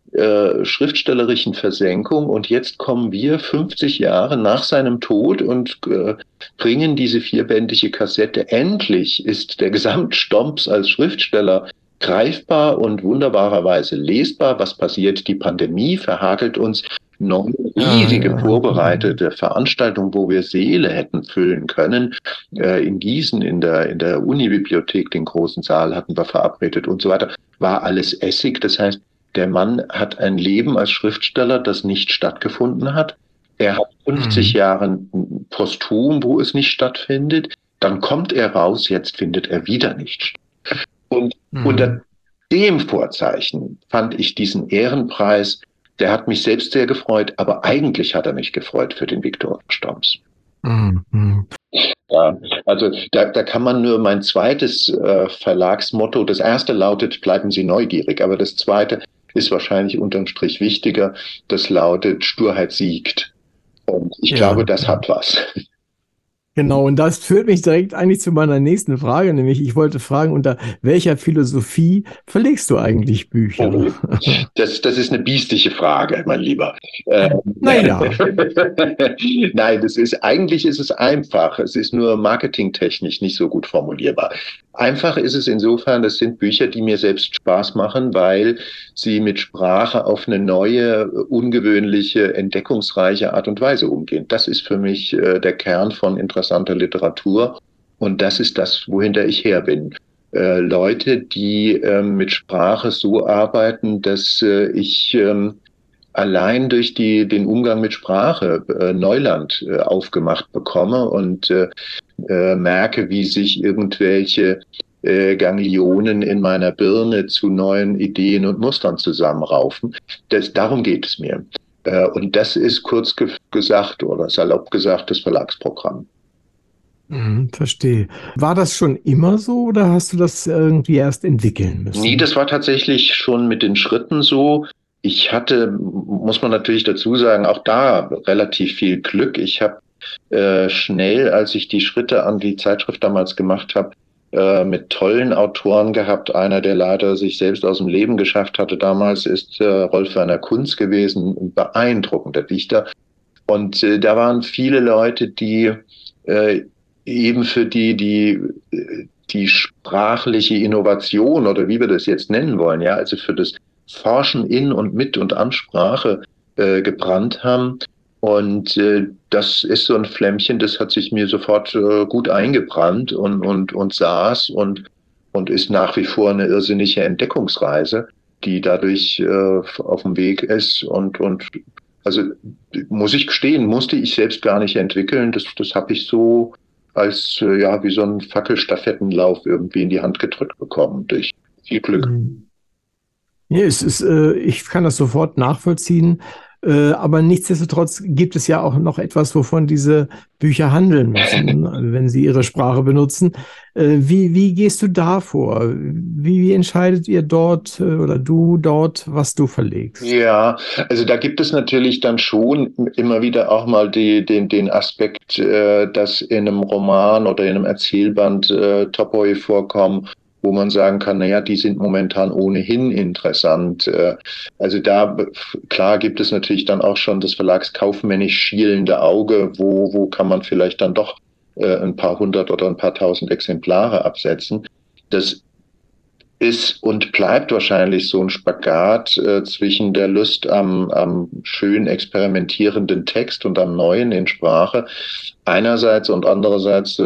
S3: schriftstellerischen Versenkung und jetzt kommen wir 50 Jahre nach seinem Tod und bringen diese vierbändige Kassette. Endlich ist der Gesamtstomps als Schriftsteller greifbar und wunderbarerweise lesbar. Was passiert? Die Pandemie verhagelt uns riesige vorbereitete Veranstaltung, wo wir Säle hätten füllen können. In Gießen in der Unibibliothek, den großen Saal hatten wir verabredet und so weiter. War alles Essig. Das heißt, der Mann hat ein Leben als Schriftsteller, das nicht stattgefunden hat. Er hat 50 Jahre posthum, wo es nicht stattfindet. Dann kommt er raus, jetzt findet er wieder nicht statt. Und unter dem Vorzeichen fand ich diesen Ehrenpreis, der hat mich selbst sehr gefreut, aber eigentlich hat er mich gefreut für den Viktor Stomps. Ja, also da kann man nur mein zweites Verlagsmotto, das erste lautet, bleiben Sie neugierig, aber das zweite ist wahrscheinlich unterm Strich wichtiger, das lautet, Sturheit siegt. Und ich glaube, das hat was.
S2: Genau, und das führt mich direkt eigentlich zu meiner nächsten Frage, nämlich ich wollte fragen, unter welcher Philosophie verlegst du eigentlich Bücher?
S3: Das ist eine biestige Frage, mein Lieber.
S2: Naja.
S3: Nein, eigentlich ist es einfach. Es ist nur marketingtechnisch nicht so gut formulierbar. Einfach ist es insofern, das sind Bücher, die mir selbst Spaß machen, weil sie mit Sprache auf eine neue, ungewöhnliche, entdeckungsreiche Art und Weise umgehen. Das ist für mich der Kern von interessanter Literatur und das ist das, wohinter ich her bin. Leute, die mit Sprache so arbeiten, dass ich allein durch den Umgang mit Sprache Neuland aufgemacht bekomme und merke, wie sich irgendwelche Ganglionen in meiner Birne zu neuen Ideen und Mustern zusammenraufen. Darum geht es mir. Und das ist kurz gesagt oder salopp gesagt das Verlagsprogramm.
S2: Verstehe. War das schon immer so oder hast du das irgendwie erst entwickeln müssen?
S3: Nee, das war tatsächlich schon mit den Schritten so. Ich hatte, muss man natürlich dazu sagen, auch da relativ viel Glück. Ich habe schnell, als ich die Schritte an die Zeitschrift damals gemacht habe, mit tollen Autoren gehabt. Einer, der leider sich selbst aus dem Leben geschafft hatte damals, ist Rolf-Werner Kunz gewesen, ein beeindruckender Dichter. Und da waren viele Leute, die eben für die sprachliche Innovation oder wie wir das jetzt nennen wollen, ja, also für das Forschen in und mit und an Sprache gebrannt haben. Und das ist so ein Flämmchen, das hat sich mir sofort gut eingebrannt und saß und ist nach wie vor eine irrsinnige Entdeckungsreise, die dadurch auf dem Weg ist. Und also muss ich gestehen, musste ich selbst gar nicht entwickeln. Das habe ich so als wie so ein Fackelstafettenlauf irgendwie in die Hand gedrückt bekommen, durch viel Glück.
S2: Ja, ich kann das sofort nachvollziehen. Aber nichtsdestotrotz gibt es ja auch noch etwas, wovon diese Bücher handeln müssen, wenn sie ihre Sprache benutzen. Wie gehst du da vor? Wie entscheidet ihr dort oder du dort, was du verlegst?
S3: Ja, also da gibt es natürlich dann schon immer wieder auch mal den Aspekt, dass in einem Roman oder in einem Erzählband Topoi vorkommen, wo man sagen kann, naja, die sind momentan ohnehin interessant. Also da, klar, gibt es natürlich dann auch schon das verlagskaufmännisch schielende Auge, wo kann man vielleicht dann doch ein paar hundert oder ein paar tausend Exemplare absetzen. Das ist und bleibt wahrscheinlich so ein Spagat zwischen der Lust am schön experimentierenden Text und am Neuen in Sprache einerseits und andererseits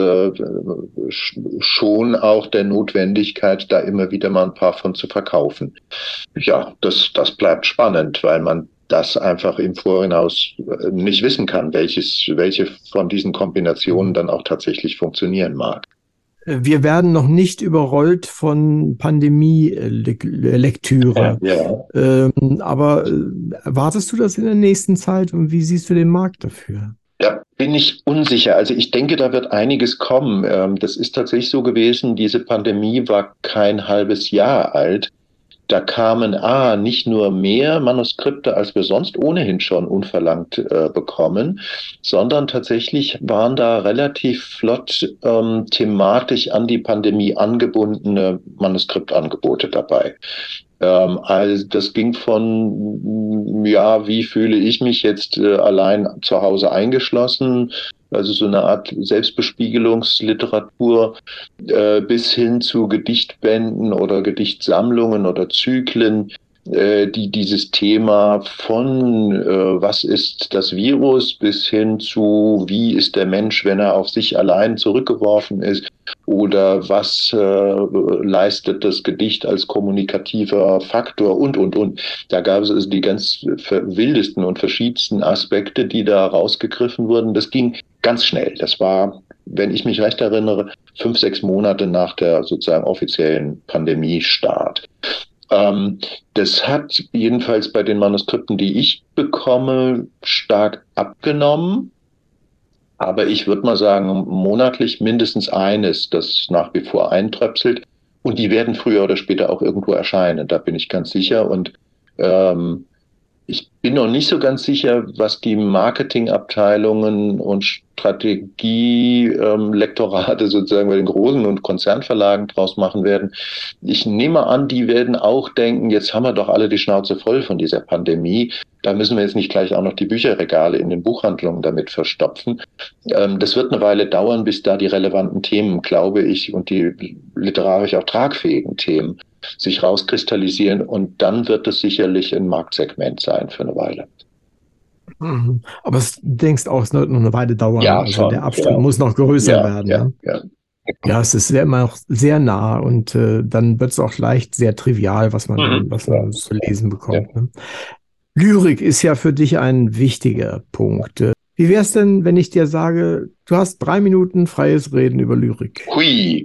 S3: schon auch der Notwendigkeit, da immer wieder mal ein paar von zu verkaufen. Ja, das bleibt spannend, weil man das einfach im Vorhinaus nicht wissen kann, welche von diesen Kombinationen dann auch tatsächlich funktionieren mag.
S2: Wir werden noch nicht überrollt von Pandemie-Lektüre.
S3: Ja.
S2: Aber erwartest du das in der nächsten Zeit und wie siehst du den Markt dafür?
S3: Da bin ich unsicher. Also ich denke, da wird einiges kommen. Das ist tatsächlich so gewesen, diese Pandemie war kein halbes Jahr alt. Da kamen nicht nur mehr Manuskripte, als wir sonst ohnehin schon unverlangt bekommen, sondern tatsächlich waren da relativ flott thematisch an die Pandemie angebundene Manuskriptangebote dabei. Also das ging von, ja, wie fühle ich mich jetzt allein zu Hause eingeschlossen, also so eine Art Selbstbespiegelungsliteratur, bis hin zu Gedichtbänden oder Gedichtsammlungen oder Zyklen, die dieses Thema von was ist das Virus bis hin zu wie ist der Mensch, wenn er auf sich allein zurückgeworfen ist, oder was leistet das Gedicht als kommunikativer Faktor und. Da gab es also die ganz wildesten und verschiedensten Aspekte, die da rausgegriffen wurden. Das ging ganz schnell. Das war, wenn ich mich recht erinnere, 5, 6 Monate nach der sozusagen offiziellen Pandemiestart. Das hat jedenfalls bei den Manuskripten, die ich bekomme, stark abgenommen. Aber ich würde mal sagen, monatlich mindestens eines, das nach wie vor eintröpselt. Und die werden früher oder später auch irgendwo erscheinen, da bin ich ganz sicher. Und ich bin noch nicht so ganz sicher, was die Marketingabteilungen und Strategielektorate sozusagen bei den großen und Konzernverlagen draus machen werden. Ich nehme an, die werden auch denken, jetzt haben wir doch alle die Schnauze voll von dieser Pandemie. Da müssen wir jetzt nicht gleich auch noch die Bücherregale in den Buchhandlungen damit verstopfen. Das wird eine Weile dauern, bis da die relevanten Themen, glaube ich, und die literarisch auch tragfähigen Themen sich rauskristallisieren, und dann wird es sicherlich ein Marktsegment sein für eine Weile.
S2: Aber du denkst auch, es wird noch eine Weile dauern.
S3: Ja,
S2: also
S3: schon,
S2: der Abstand
S3: ja.
S2: muss noch größer werden.
S3: Ja,
S2: Ne?
S3: ja.
S2: Ja, es ist immer noch sehr nah, und dann wird es auch leicht sehr trivial, was man zu lesen bekommt.
S3: Ja.
S2: Ne? Lyrik ist ja für dich ein wichtiger Punkt. Wie wäre es denn, wenn ich dir sage, du hast 3 Minuten freies Reden über Lyrik?
S3: Hui.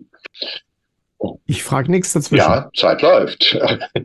S2: Ich frage nichts dazwischen.
S3: Ja, Zeit läuft.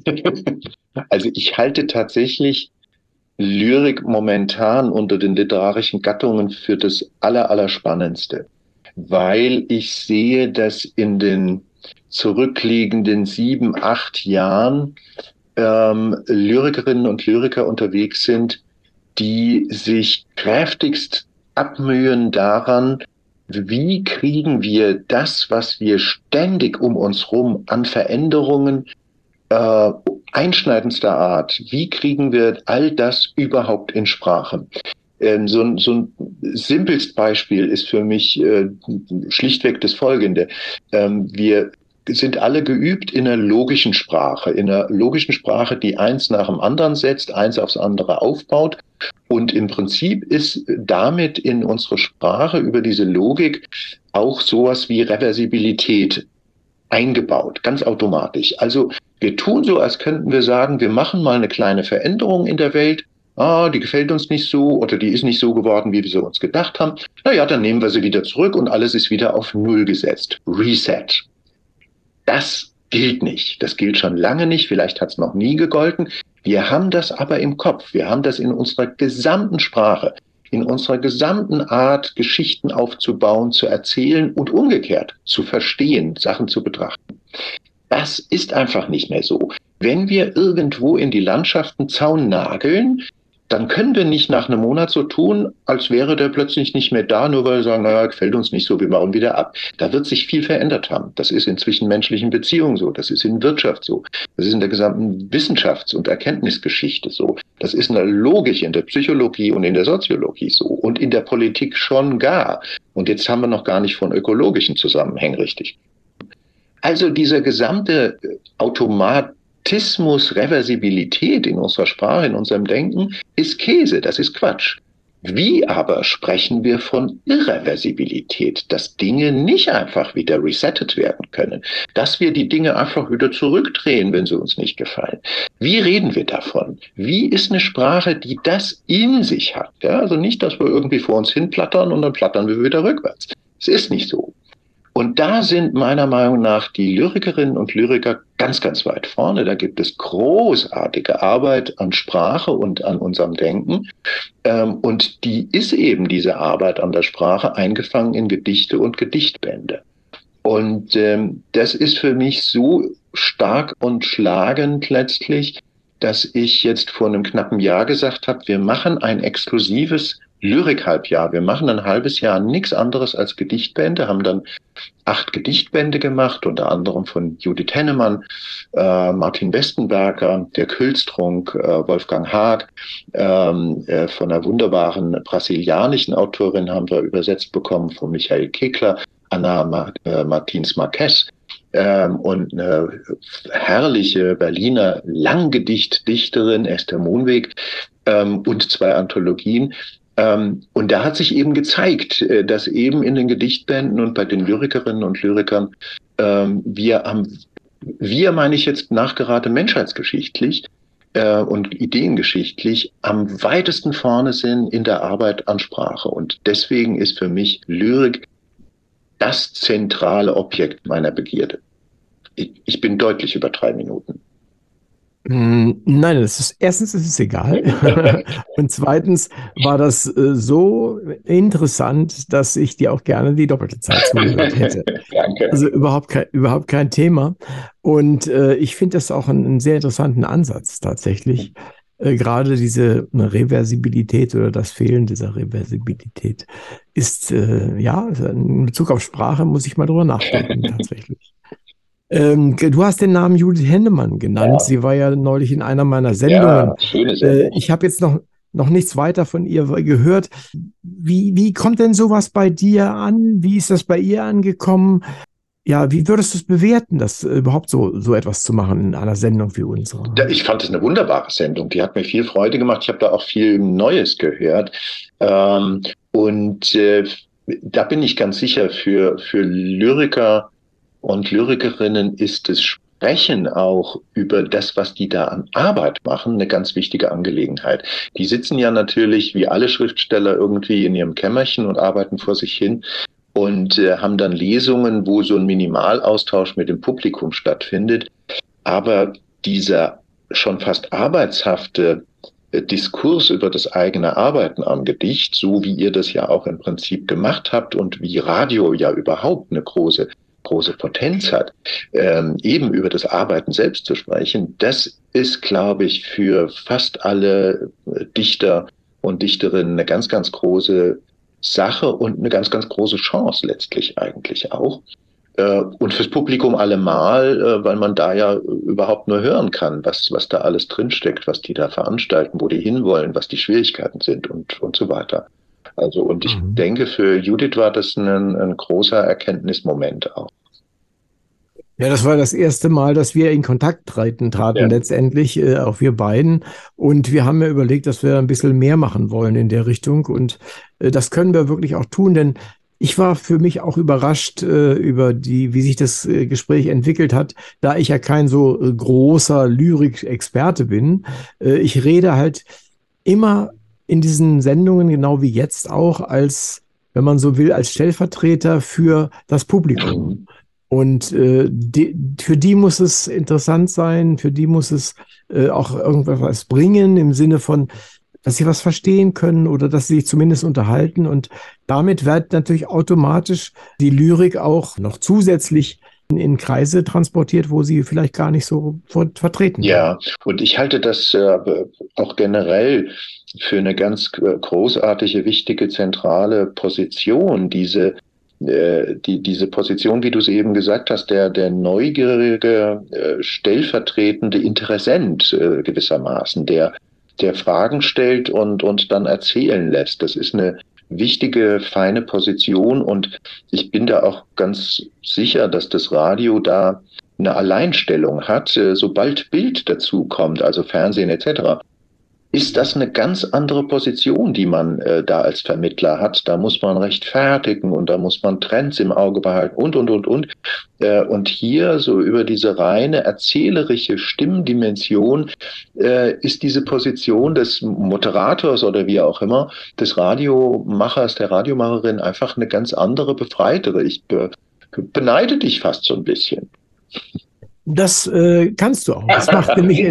S3: Also ich halte tatsächlich Lyrik momentan unter den literarischen Gattungen für das Allerspannendste, weil ich sehe, dass in den zurückliegenden 7, 8 Jahren Lyrikerinnen und Lyriker unterwegs sind, die sich kräftigst abmühen daran, wie kriegen wir das, was wir ständig um uns rum an Veränderungen einschneidendster Art, wie kriegen wir all das überhaupt in Sprache? So ein simples Beispiel ist für mich schlichtweg das Folgende. Wir sind alle geübt in einer logischen Sprache, die eins nach dem anderen setzt, eins aufs andere aufbaut. Und im Prinzip ist damit in unsere Sprache über diese Logik auch sowas wie Reversibilität eingebaut, ganz automatisch. Also wir tun so, als könnten wir sagen, wir machen mal eine kleine Veränderung in der Welt. Die gefällt uns nicht so oder die ist nicht so geworden, wie wir sie uns gedacht haben. Naja, dann nehmen wir sie wieder zurück und alles ist wieder auf Null gesetzt. Reset. Das gilt nicht. Das gilt schon lange nicht. Vielleicht hat es noch nie gegolten. Wir haben das aber im Kopf. Wir haben das in unserer gesamten Sprache, in unserer gesamten Art, Geschichten aufzubauen, zu erzählen und umgekehrt zu verstehen, Sachen zu betrachten. Das ist einfach nicht mehr so. Wenn wir irgendwo in die Landschaften Zaun nageln, dann können wir nicht nach einem Monat so tun, als wäre der plötzlich nicht mehr da, nur weil wir sagen, naja, gefällt uns nicht so, wir bauen wieder ab. Da wird sich viel verändert haben. Das ist in zwischenmenschlichen Beziehungen so, das ist in Wirtschaft so, das ist in der gesamten Wissenschafts- und Erkenntnisgeschichte so, das ist in der Logik, in der Psychologie und in der Soziologie so und in der Politik schon gar. Und jetzt haben wir noch gar nicht von ökologischen Zusammenhängen richtig. Also dieser gesamte Automatismus, Reversibilität in unserer Sprache, in unserem Denken, ist Käse, das ist Quatsch. Wie aber sprechen wir von Irreversibilität, dass Dinge nicht einfach wieder resettet werden können, dass wir die Dinge einfach wieder zurückdrehen, wenn sie uns nicht gefallen? Wie reden wir davon? Wie ist eine Sprache, die das in sich hat? Ja, also nicht, dass wir irgendwie vor uns hinplattern und dann plattern wir wieder rückwärts. Es ist nicht so. Und da sind meiner Meinung nach die Lyrikerinnen und Lyriker ganz, ganz weit vorne. Da gibt es großartige Arbeit an Sprache und an unserem Denken. Und die ist eben diese Arbeit an der Sprache eingefangen in Gedichte und Gedichtbände. Und das ist für mich so stark und schlagend letztlich, dass ich jetzt vor einem knappen Jahr gesagt habe, wir machen ein exklusives Lyrik-Halbjahr. Wir machen ein halbes Jahr nichts anderes als Gedichtbände, haben dann 8 Gedichtbände gemacht, unter anderem von Judith Hennemann, Martin Westenberger, Dirk Hülstrunk, Wolfgang Haag, von einer wunderbaren brasilianischen Autorin haben wir übersetzt bekommen, von Michael Kekler, Anna Martins Marquez, und eine herrliche Berliner Langgedichtdichterin, Esther Mohnweg, und 2 Anthologien. Und da hat sich eben gezeigt, dass eben in den Gedichtbänden und bei den Lyrikerinnen und Lyrikern wir meine ich jetzt nachgerade menschheitsgeschichtlich und ideengeschichtlich am weitesten vorne sind in der Arbeit an Sprache. Und deswegen ist für mich Lyrik das zentrale Objekt meiner Begierde. Ich bin deutlich über 3 Minuten.
S2: Nein, erstens ist es egal. Und zweitens war das so interessant, dass ich dir auch gerne die doppelte Zeit zugehört hätte.
S3: Danke.
S2: Also überhaupt kein Thema. Und ich finde das auch einen sehr interessanten Ansatz tatsächlich. Gerade diese Reversibilität oder das Fehlen dieser Reversibilität ist, in Bezug auf Sprache muss ich mal drüber nachdenken tatsächlich. Du hast den Namen Judith Hennemann genannt. Ja. Sie war ja neulich in einer meiner Sendungen.
S3: Ja, schöne Sendung.
S2: Ich habe jetzt noch nichts weiter von ihr gehört. Wie kommt denn sowas bei dir an? Wie ist das bei ihr angekommen? Ja, wie würdest du es bewerten, das überhaupt so etwas zu machen in einer Sendung wie unsere?
S3: Ja, ich fand es eine wunderbare Sendung. Die hat mir viel Freude gemacht. Ich habe da auch viel Neues gehört. Da bin ich ganz sicher, für Lyriker und Lyrikerinnen ist das Sprechen auch über das, was die da an Arbeit machen, eine ganz wichtige Angelegenheit. Die sitzen ja natürlich wie alle Schriftsteller irgendwie in ihrem Kämmerchen und arbeiten vor sich hin und haben dann Lesungen, wo so ein Minimalaustausch mit dem Publikum stattfindet. Aber dieser schon fast arbeitshafte Diskurs über das eigene Arbeiten am Gedicht, so wie ihr das ja auch im Prinzip gemacht habt und wie Radio ja überhaupt eine große Potenz hat, eben über das Arbeiten selbst zu sprechen, das ist, glaube ich, für fast alle Dichter und Dichterinnen eine ganz, ganz große Sache und eine ganz, ganz große Chance letztlich eigentlich auch. Und fürs Publikum allemal, weil man da ja überhaupt nur hören kann, was da alles drinsteckt, was die da veranstalten, wo die hinwollen, was die Schwierigkeiten sind und so weiter. Also, und ich denke, für Judith war das ein großer Erkenntnismoment auch.
S2: Ja, das war das erste Mal, dass wir in Kontakt traten letztendlich, auch wir beiden. Und wir haben ja überlegt, dass wir ein bisschen mehr machen wollen in der Richtung. Und das können wir wirklich auch tun, denn ich war für mich auch überrascht über wie sich das Gespräch entwickelt hat, da ich ja kein so großer Lyrik-Experte bin. Ich rede halt immer in diesen Sendungen, genau wie jetzt auch, als, wenn man so will, als Stellvertreter für das Publikum. Und für die muss es interessant sein, für die muss es auch irgendwas bringen im Sinne von, dass sie was verstehen können oder dass sie sich zumindest unterhalten. Und damit wird natürlich automatisch die Lyrik auch noch zusätzlich in Kreise transportiert, wo sie vielleicht gar nicht so vertreten werden.
S3: Ja, und ich halte das auch generell für eine ganz großartige, wichtige, zentrale Position, diese Position, wie du es eben gesagt hast, der neugierige, stellvertretende Interessent gewissermaßen, der Fragen stellt und dann erzählen lässt. Das ist eine wichtige, feine Position und ich bin da auch ganz sicher, dass das Radio da eine Alleinstellung hat, sobald Bild dazu kommt, also Fernsehen etc., ist das eine ganz andere Position, die man da als Vermittler hat. Da muss man rechtfertigen und da muss man Trends im Auge behalten und. Und hier so über diese reine erzählerische Stimmdimension ist diese Position des Moderators oder wie auch immer, des Radiomachers, der Radiomacherin einfach eine ganz andere, befreitere. Ich beneide dich fast so ein bisschen.
S2: Das kannst du auch. Es macht nämlich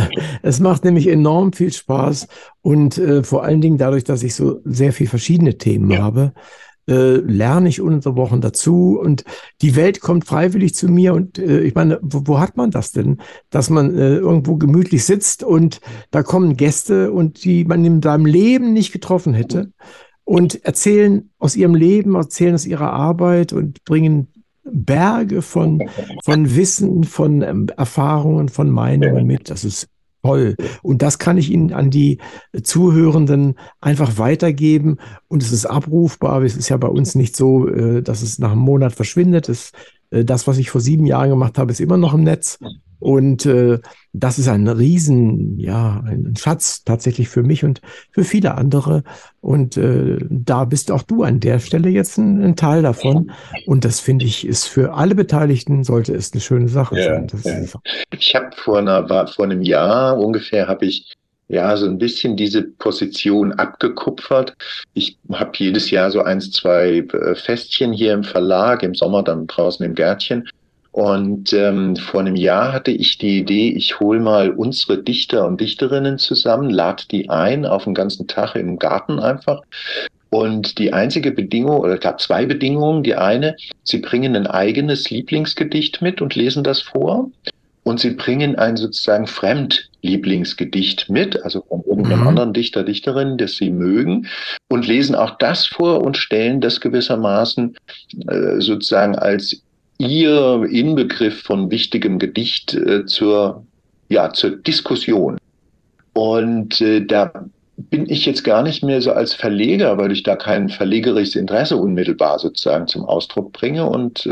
S2: enorm viel Spaß und vor allen Dingen dadurch, dass ich so sehr viel verschiedene Themen habe, lerne ich ununterbrochen dazu und die Welt kommt freiwillig zu mir und ich meine, wo hat man das denn? Dass man irgendwo gemütlich sitzt und da kommen Gäste und die man in seinem Leben nicht getroffen hätte und erzählen aus ihrem Leben, erzählen aus ihrer Arbeit und bringen Berge von Wissen, von Erfahrungen, von Meinungen mit. Das ist toll. Und das kann ich Ihnen an die Zuhörenden einfach weitergeben. Und es ist abrufbar. Es ist ja bei uns nicht so, dass es nach einem Monat verschwindet. Das, was ich vor 7 Jahren gemacht habe, ist immer noch im Netz. Und das ist ein ein Schatz tatsächlich für mich und für viele andere. Und da bist auch du an der Stelle jetzt ein Teil davon. Und das finde ich, ist für alle Beteiligten, sollte es eine schöne Sache sein.
S3: Ich habe vor einem Jahr ungefähr, habe ich ja so ein bisschen diese Position abgekupfert. Ich habe jedes Jahr so 1, 2 Festchen hier im Verlag, im Sommer dann draußen im Gärtchen. Und vor einem Jahr hatte ich die Idee, ich hole mal unsere Dichter und Dichterinnen zusammen, lade die ein auf den ganzen Tag im Garten einfach. Und die einzige Bedingung, oder es gab 2 Bedingungen. Die eine, sie bringen ein eigenes Lieblingsgedicht mit und lesen das vor. Und sie bringen ein sozusagen Fremdlieblingsgedicht mit, also von irgendeinem anderen Dichter, Dichterin, das sie mögen, und lesen auch das vor und stellen das gewissermaßen sozusagen als ihr Inbegriff von wichtigem Gedicht zur Diskussion. Und da bin ich jetzt gar nicht mehr so als Verleger, weil ich da kein verlegerisches Interesse unmittelbar sozusagen zum Ausdruck bringe und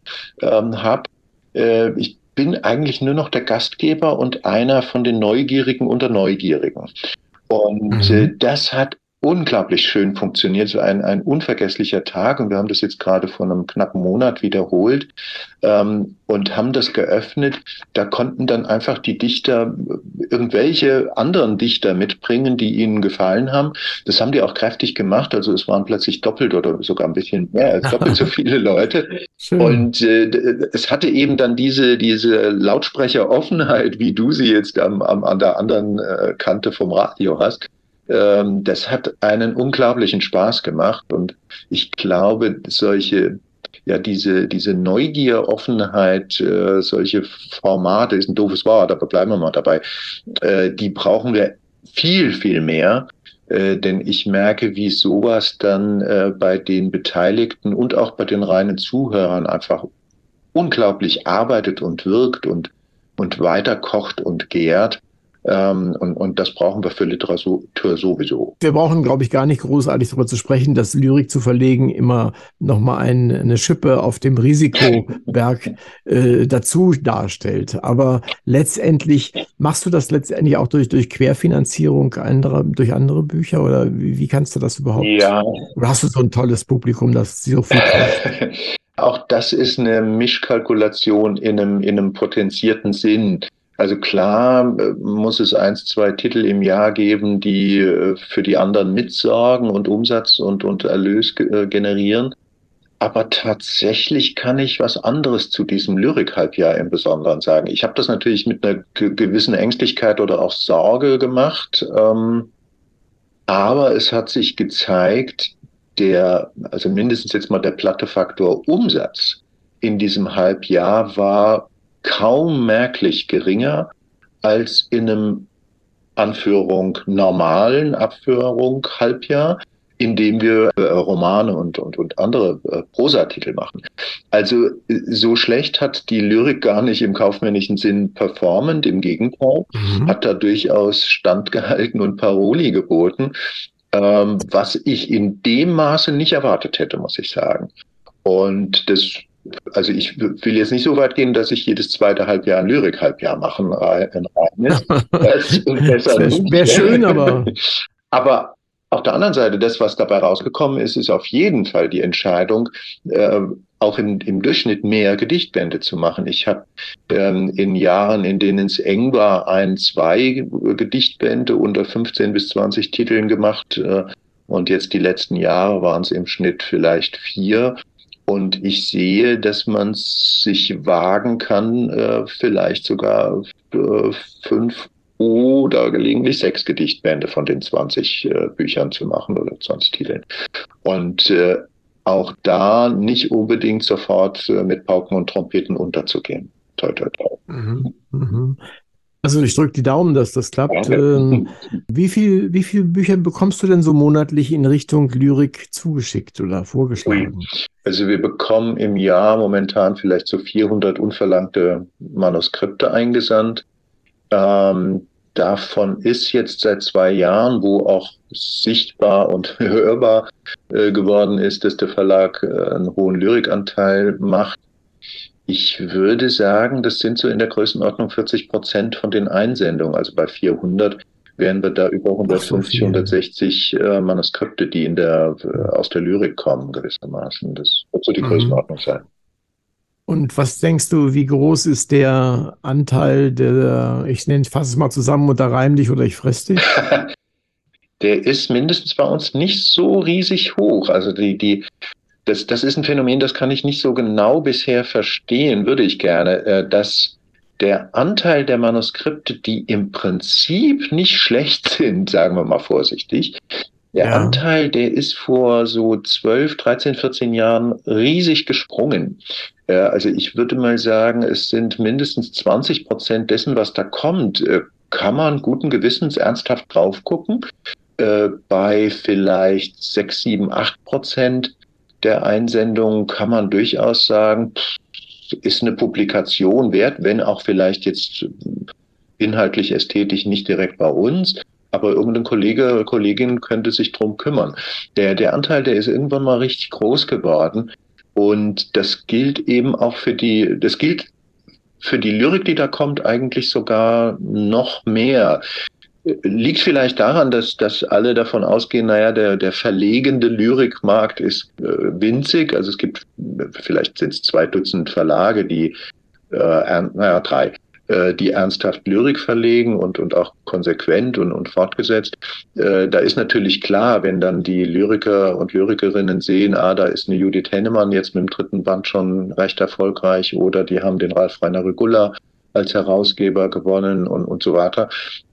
S3: ich bin eigentlich nur noch der Gastgeber und einer von den Neugierigen unter Neugierigen. Und das hat unglaublich schön funktioniert, so ein unvergesslicher Tag. Und wir haben das jetzt gerade vor einem knappen Monat wiederholt und haben das geöffnet. Da konnten dann einfach die Dichter irgendwelche anderen Dichter mitbringen, die ihnen gefallen haben. Das haben die auch kräftig gemacht. Also es waren plötzlich doppelt oder sogar ein bisschen mehr als doppelt so viele Leute. Schön. Und es hatte eben dann diese Lautsprecheroffenheit, wie du sie jetzt an der anderen Kante vom Radio hast. Das hat einen unglaublichen Spaß gemacht und ich glaube, diese Neugier, Offenheit, solche Formate, ist ein doofes Wort, aber bleiben wir mal dabei, die brauchen wir viel, viel mehr, denn ich merke, wie sowas dann bei den Beteiligten und auch bei den reinen Zuhörern einfach unglaublich arbeitet und wirkt und weiterkocht und gärt. Und das brauchen wir für Literatur sowieso.
S2: Wir brauchen, glaube ich, gar nicht großartig darüber zu sprechen, dass Lyrik zu verlegen immer nochmal eine Schippe auf dem Risikoberg dazu darstellt. Aber letztendlich machst du das letztendlich auch durch Querfinanzierung durch andere Bücher oder wie kannst du das überhaupt?
S3: Ja.
S2: Oder hast du so ein tolles Publikum, das so viel kauft?
S3: Auch das ist eine Mischkalkulation in einem potenzierten Sinn. Also klar muss es 1, 2 Titel im Jahr geben, die für die anderen mitsorgen und Umsatz und Erlös generieren. Aber tatsächlich kann ich was anderes zu diesem Lyrik-Halbjahr im Besonderen sagen. Ich habe das natürlich mit einer gewissen Ängstlichkeit oder auch Sorge gemacht. Aber es hat sich gezeigt, also mindestens jetzt mal der platte Faktor Umsatz in diesem Halbjahr war kaum merklich geringer als in einem Anführung normalen Abführung Halbjahr, in dem wir Romane und andere Prosatitel machen. Also so schlecht hat die Lyrik gar nicht im kaufmännischen Sinn performend, im Gegenteil, hat da durchaus standgehalten und Paroli geboten, was ich in dem Maße nicht erwartet hätte, muss ich sagen. Und also ich will jetzt nicht so weit gehen, dass ich jedes zweite Halbjahr ein Lyrik-Halbjahr machen reines. Das
S2: wäre schön, aber...
S3: Aber auf der anderen Seite, das, was dabei rausgekommen ist, ist auf jeden Fall die Entscheidung, auch im Durchschnitt mehr Gedichtbände zu machen. Ich habe in Jahren, in denen es eng war, 1, 2 Gedichtbände unter 15 bis 20 Titeln gemacht. Und jetzt die letzten Jahre waren es im Schnitt vielleicht 4. Und ich sehe, dass man sich wagen kann, vielleicht sogar 5 oder gelegentlich 6 Gedichtbände von den 20 Büchern zu machen oder 20 Titeln. Und auch da nicht unbedingt sofort mit Pauken und Trompeten unterzugehen. Toi, toi, toi.
S2: Also ich drücke die Daumen, dass das klappt. Wie viel Bücher bekommst du denn so monatlich in Richtung Lyrik zugeschickt oder
S3: Ui.
S2: vorgeschlagen?
S3: Also wir bekommen im Jahr momentan vielleicht so 400 unverlangte Manuskripte eingesandt. Davon ist jetzt seit 2 Jahren, wo auch sichtbar und hörbar geworden ist, dass der Verlag einen hohen Lyrikanteil macht. Ich würde sagen, das sind so in der Größenordnung 40% von den Einsendungen. Also bei 400 wären wir da über
S2: Ach, so
S3: 150,
S2: viel.
S3: 160 Manuskripte, die aus der Lyrik kommen, gewissermaßen. Das wird so die
S2: Mhm.
S3: Größenordnung sein.
S2: Und was denkst du, wie groß ist der Anteil ich fasse es mal zusammen unter Reim dich oder ich fress dich?
S3: Der ist mindestens bei uns nicht so riesig hoch. Also das ist ein Phänomen, das kann ich nicht so genau bisher verstehen, würde ich gerne, dass der Anteil der Manuskripte, die im Prinzip nicht schlecht sind, sagen wir mal vorsichtig, der
S2: Ja,
S3: Anteil, der ist vor so 12, 13, 14 Jahren riesig gesprungen. Also ich würde mal sagen, es sind mindestens 20% dessen, was da kommt, kann man guten Gewissens ernsthaft drauf gucken. Bei vielleicht 6, 7, 8% der Einsendungen kann man durchaus sagen, ist eine Publikation wert, wenn auch vielleicht jetzt inhaltlich, ästhetisch nicht direkt bei uns, aber irgendein Kollege, Kollegin könnte sich drum kümmern. Der Anteil, der ist irgendwann mal richtig groß geworden und das gilt eben auch das gilt für die Lyrik, die da kommt, eigentlich sogar noch mehr. Liegt vielleicht daran, dass alle davon ausgehen, naja, der verlegende Lyrikmarkt ist winzig. Also es gibt, vielleicht sind es 2 Dutzend Verlage, die, naja, 3, die ernsthaft Lyrik verlegen und auch konsequent und fortgesetzt. Da ist natürlich klar, wenn dann die Lyriker und Lyrikerinnen sehen, da ist eine Judith Hennemann jetzt mit dem 3. Band schon recht erfolgreich oder die haben den Ralf Rainer Regula als Herausgeber gewonnen und so weiter,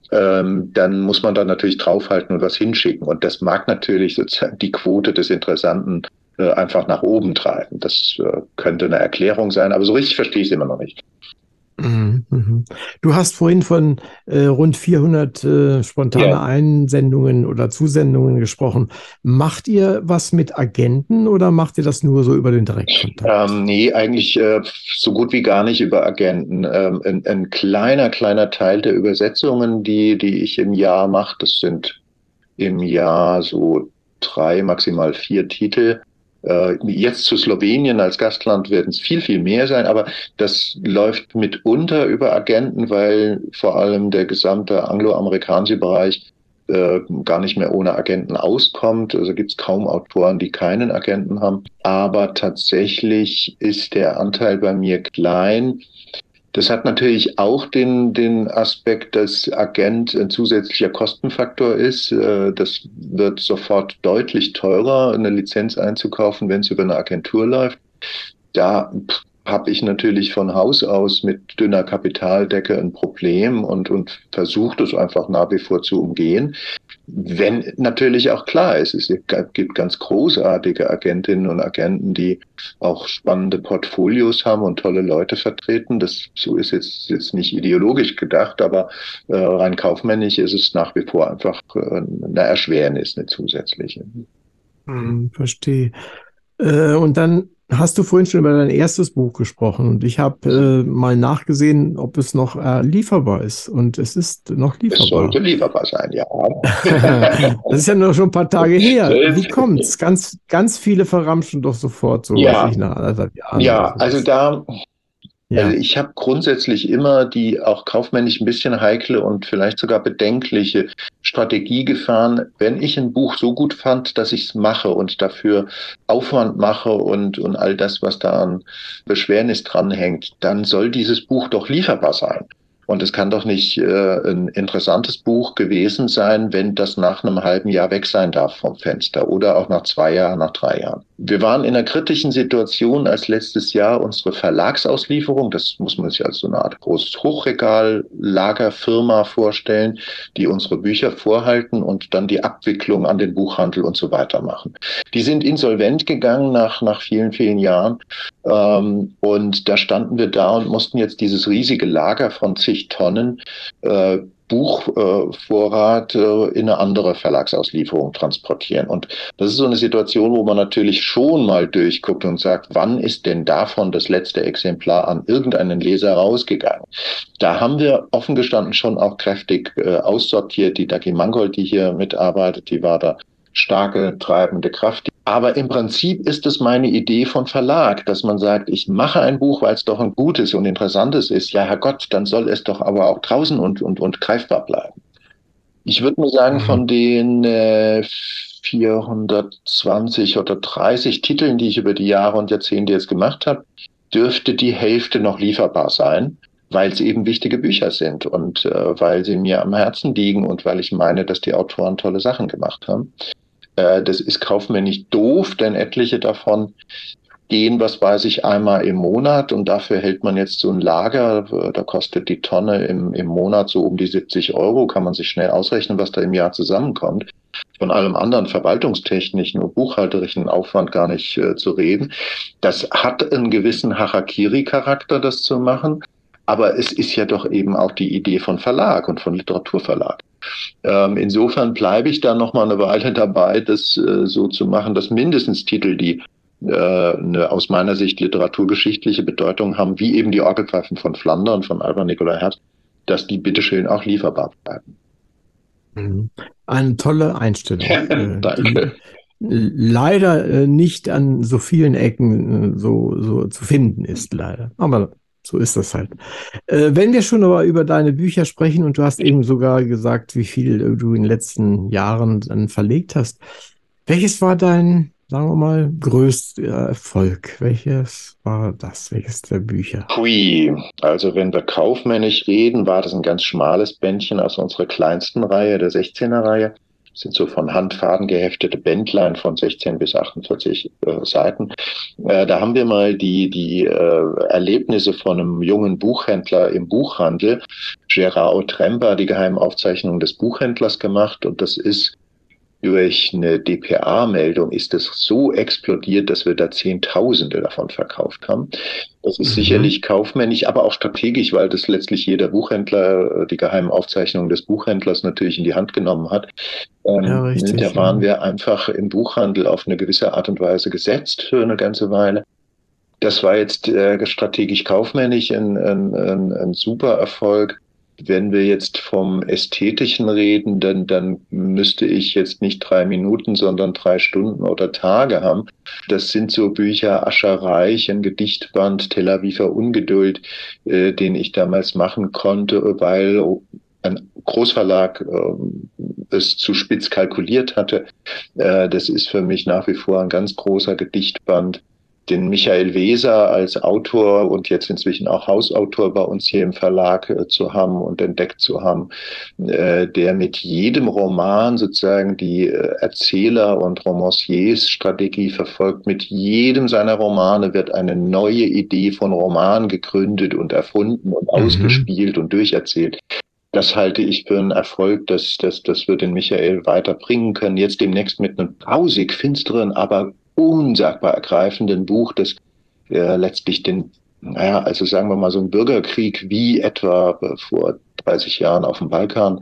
S3: dann muss man da natürlich draufhalten und was hinschicken. Und das mag natürlich sozusagen die Quote des Interessanten einfach nach oben treiben. Das könnte eine Erklärung sein, aber so richtig verstehe ich es immer noch nicht.
S2: Mhm, mhm. Du hast vorhin von rund 400 spontane
S3: Ja.
S2: Einsendungen oder Zusendungen gesprochen. Macht ihr was mit Agenten oder macht ihr das nur so über den Direktkontakt?
S3: Nee, eigentlich so gut wie gar nicht über Agenten. Ein kleiner Teil der Übersetzungen, die ich im Jahr mache, das sind im Jahr so 3, maximal 4 Titel. Jetzt zu Slowenien als Gastland werden es viel mehr sein, aber das läuft mitunter über Agenten, weil vor allem der gesamte angloamerikanische Bereich gar nicht mehr ohne Agenten auskommt. Also gibt es kaum Autoren, die keinen Agenten haben. Aber tatsächlich ist der Anteil bei mir klein. Das hat natürlich auch den Aspekt, dass Agent ein zusätzlicher Kostenfaktor ist. Das wird sofort deutlich teurer, eine Lizenz einzukaufen, wenn es über eine Agentur läuft. Da habe ich natürlich von Haus aus mit dünner Kapitaldecke ein Problem und versuche das einfach nach wie vor zu umgehen. Wenn natürlich auch klar ist, es gibt ganz großartige Agentinnen und Agenten, die auch spannende Portfolios haben und tolle Leute vertreten. So ist jetzt nicht ideologisch gedacht, aber rein kaufmännisch ist es nach wie vor einfach eine Erschwernis, eine zusätzliche.
S2: Verstehe. Und dann hast du vorhin schon über dein erstes Buch gesprochen und ich habe mal nachgesehen, ob es noch lieferbar ist. Und es ist noch
S3: Es sollte
S2: lieferbar.
S3: lieferbar sein, ja.
S2: Das ist ja nur schon ein paar Tage her. Wie kommt's? Ganz viele verramschen doch sofort, so weiß ich,
S3: Ja,
S2: nach 1,5 Jahren oder
S3: ja, also
S2: sowas.
S3: also
S2: Ja.
S3: ich habe grundsätzlich immer die auch kaufmännisch ein bisschen heikle und vielleicht sogar bedenkliche Strategie gefahren, wenn ich ein Buch so gut fand, dass ich es mache und dafür Aufwand mache und all das, was da an Beschwernis dranhängt, dann soll dieses Buch doch lieferbar sein. Und es kann doch nicht ein interessantes Buch gewesen sein, wenn das nach einem halben Jahr weg sein darf vom Fenster oder auch nach 2 Jahren, nach 3 Jahren. Wir waren in einer kritischen Situation, als letztes Jahr unsere Verlagsauslieferung, das muss man sich als so eine Art großes Hochregal-Lagerfirma vorstellen, die unsere Bücher vorhalten und dann die Abwicklung an den Buchhandel und so weiter machen. Die sind insolvent gegangen nach vielen Jahren. Und da standen wir da und mussten jetzt dieses riesige Lager von zig 30 Tonnen Buchvorrat in eine andere Verlagsauslieferung transportieren. Und das ist so eine Situation, wo man natürlich schon mal durchguckt und sagt, wann ist denn davon das letzte Exemplar an irgendeinen Leser rausgegangen? Da haben wir offen gestanden schon auch kräftig aussortiert. Die Dagi Mangold, die hier mitarbeitet, die war da starke treibende Kraft. Aber im Prinzip ist es meine Idee von Verlag, dass man sagt, ich mache ein Buch, weil es doch ein gutes und interessantes ist. Ja, Herrgott, dann soll es doch aber auch draußen und greifbar bleiben. Ich würde nur sagen, von den 420 oder 30 Titeln, die ich über die Jahre und Jahrzehnte jetzt gemacht habe, dürfte die Hälfte noch lieferbar sein, weil es eben wichtige Bücher sind und weil sie mir am Herzen liegen und weil ich meine, dass die Autoren tolle Sachen gemacht haben. Das ist kaufmännisch doof, denn etliche davon gehen, was weiß ich, einmal im Monat und dafür hält man jetzt so ein Lager, da kostet die Tonne im Monat so um die 70 Euro, kann man sich schnell ausrechnen, was da im Jahr zusammenkommt. Von allem anderen verwaltungstechnischen und buchhalterischen Aufwand gar nicht zu reden. Das hat einen gewissen Harakiri-Charakter, das zu machen, aber es ist ja doch eben auch die Idee von Verlag und von Literaturverlag. Insofern bleibe ich da noch mal eine Weile dabei, das so zu machen, dass mindestens Titel, die eine aus meiner Sicht literaturgeschichtliche Bedeutung haben, wie eben die Orgelpfeifen von Flandern von Albert Nikolai Herz, dass die bitteschön auch lieferbar bleiben.
S2: Eine tolle Einstellung.
S3: Danke.
S2: Leider nicht an so vielen Ecken so zu finden ist, leider. Aber so ist das halt. Wenn wir schon aber über deine Bücher sprechen und du hast eben sogar gesagt, wie viel du in den letzten Jahren dann verlegt hast. Welches war dein, sagen wir mal, größter Erfolg? Welches war das? Welches der Bücher?
S3: Hui, also wenn wir kaufmännisch reden, war das ein ganz schmales Bändchen aus unserer kleinsten Reihe, der 16er-Reihe. Das sind so von Handfaden geheftete Bändlein von 16 bis 48 Seiten. Da haben wir mal die Erlebnisse von einem jungen Buchhändler im Buchhandel, Gerard Tremba, die Geheimaufzeichnung des Buchhändlers gemacht. Und das ist durch eine DPA-Meldung ist es so explodiert, dass wir da Zehntausende davon verkauft haben. Das ist sicherlich kaufmännisch, aber auch strategisch, weil das letztlich jeder Buchhändler, die geheimen Aufzeichnungen des Buchhändlers natürlich in die Hand genommen hat.
S2: Ja, richtig,
S3: da waren wir einfach im Buchhandel auf eine gewisse Art und Weise gesetzt für eine ganze Weile. Das war jetzt strategisch kaufmännisch ein super Erfolg. Wenn wir jetzt vom Ästhetischen reden, dann müsste ich jetzt nicht 3 Minuten, sondern 3 Stunden oder Tage haben. Das sind so Bücher Ascher Reich, ein Gedichtband, Tel Aviver Ungeduld, den ich damals machen konnte, weil ein Großverlag es zu spitz kalkuliert hatte. Das ist für mich nach wie vor ein ganz großer Gedichtband. Den Michael Weser als Autor und jetzt inzwischen auch Hausautor bei uns hier im Verlag zu haben und entdeckt zu haben, der mit jedem Roman sozusagen die Erzähler- und Romanciers-Strategie verfolgt. Mit jedem seiner Romane wird eine neue Idee von Roman gegründet und erfunden und ausgespielt und durcherzählt. Das halte ich für einen Erfolg, dass wir den Michael weiterbringen können. Jetzt demnächst mit einem grausig finsteren, aber unsagbar ergreifenden Buch, das letztlich also sagen wir mal so einen Bürgerkrieg wie etwa vor 30 Jahren auf dem Balkan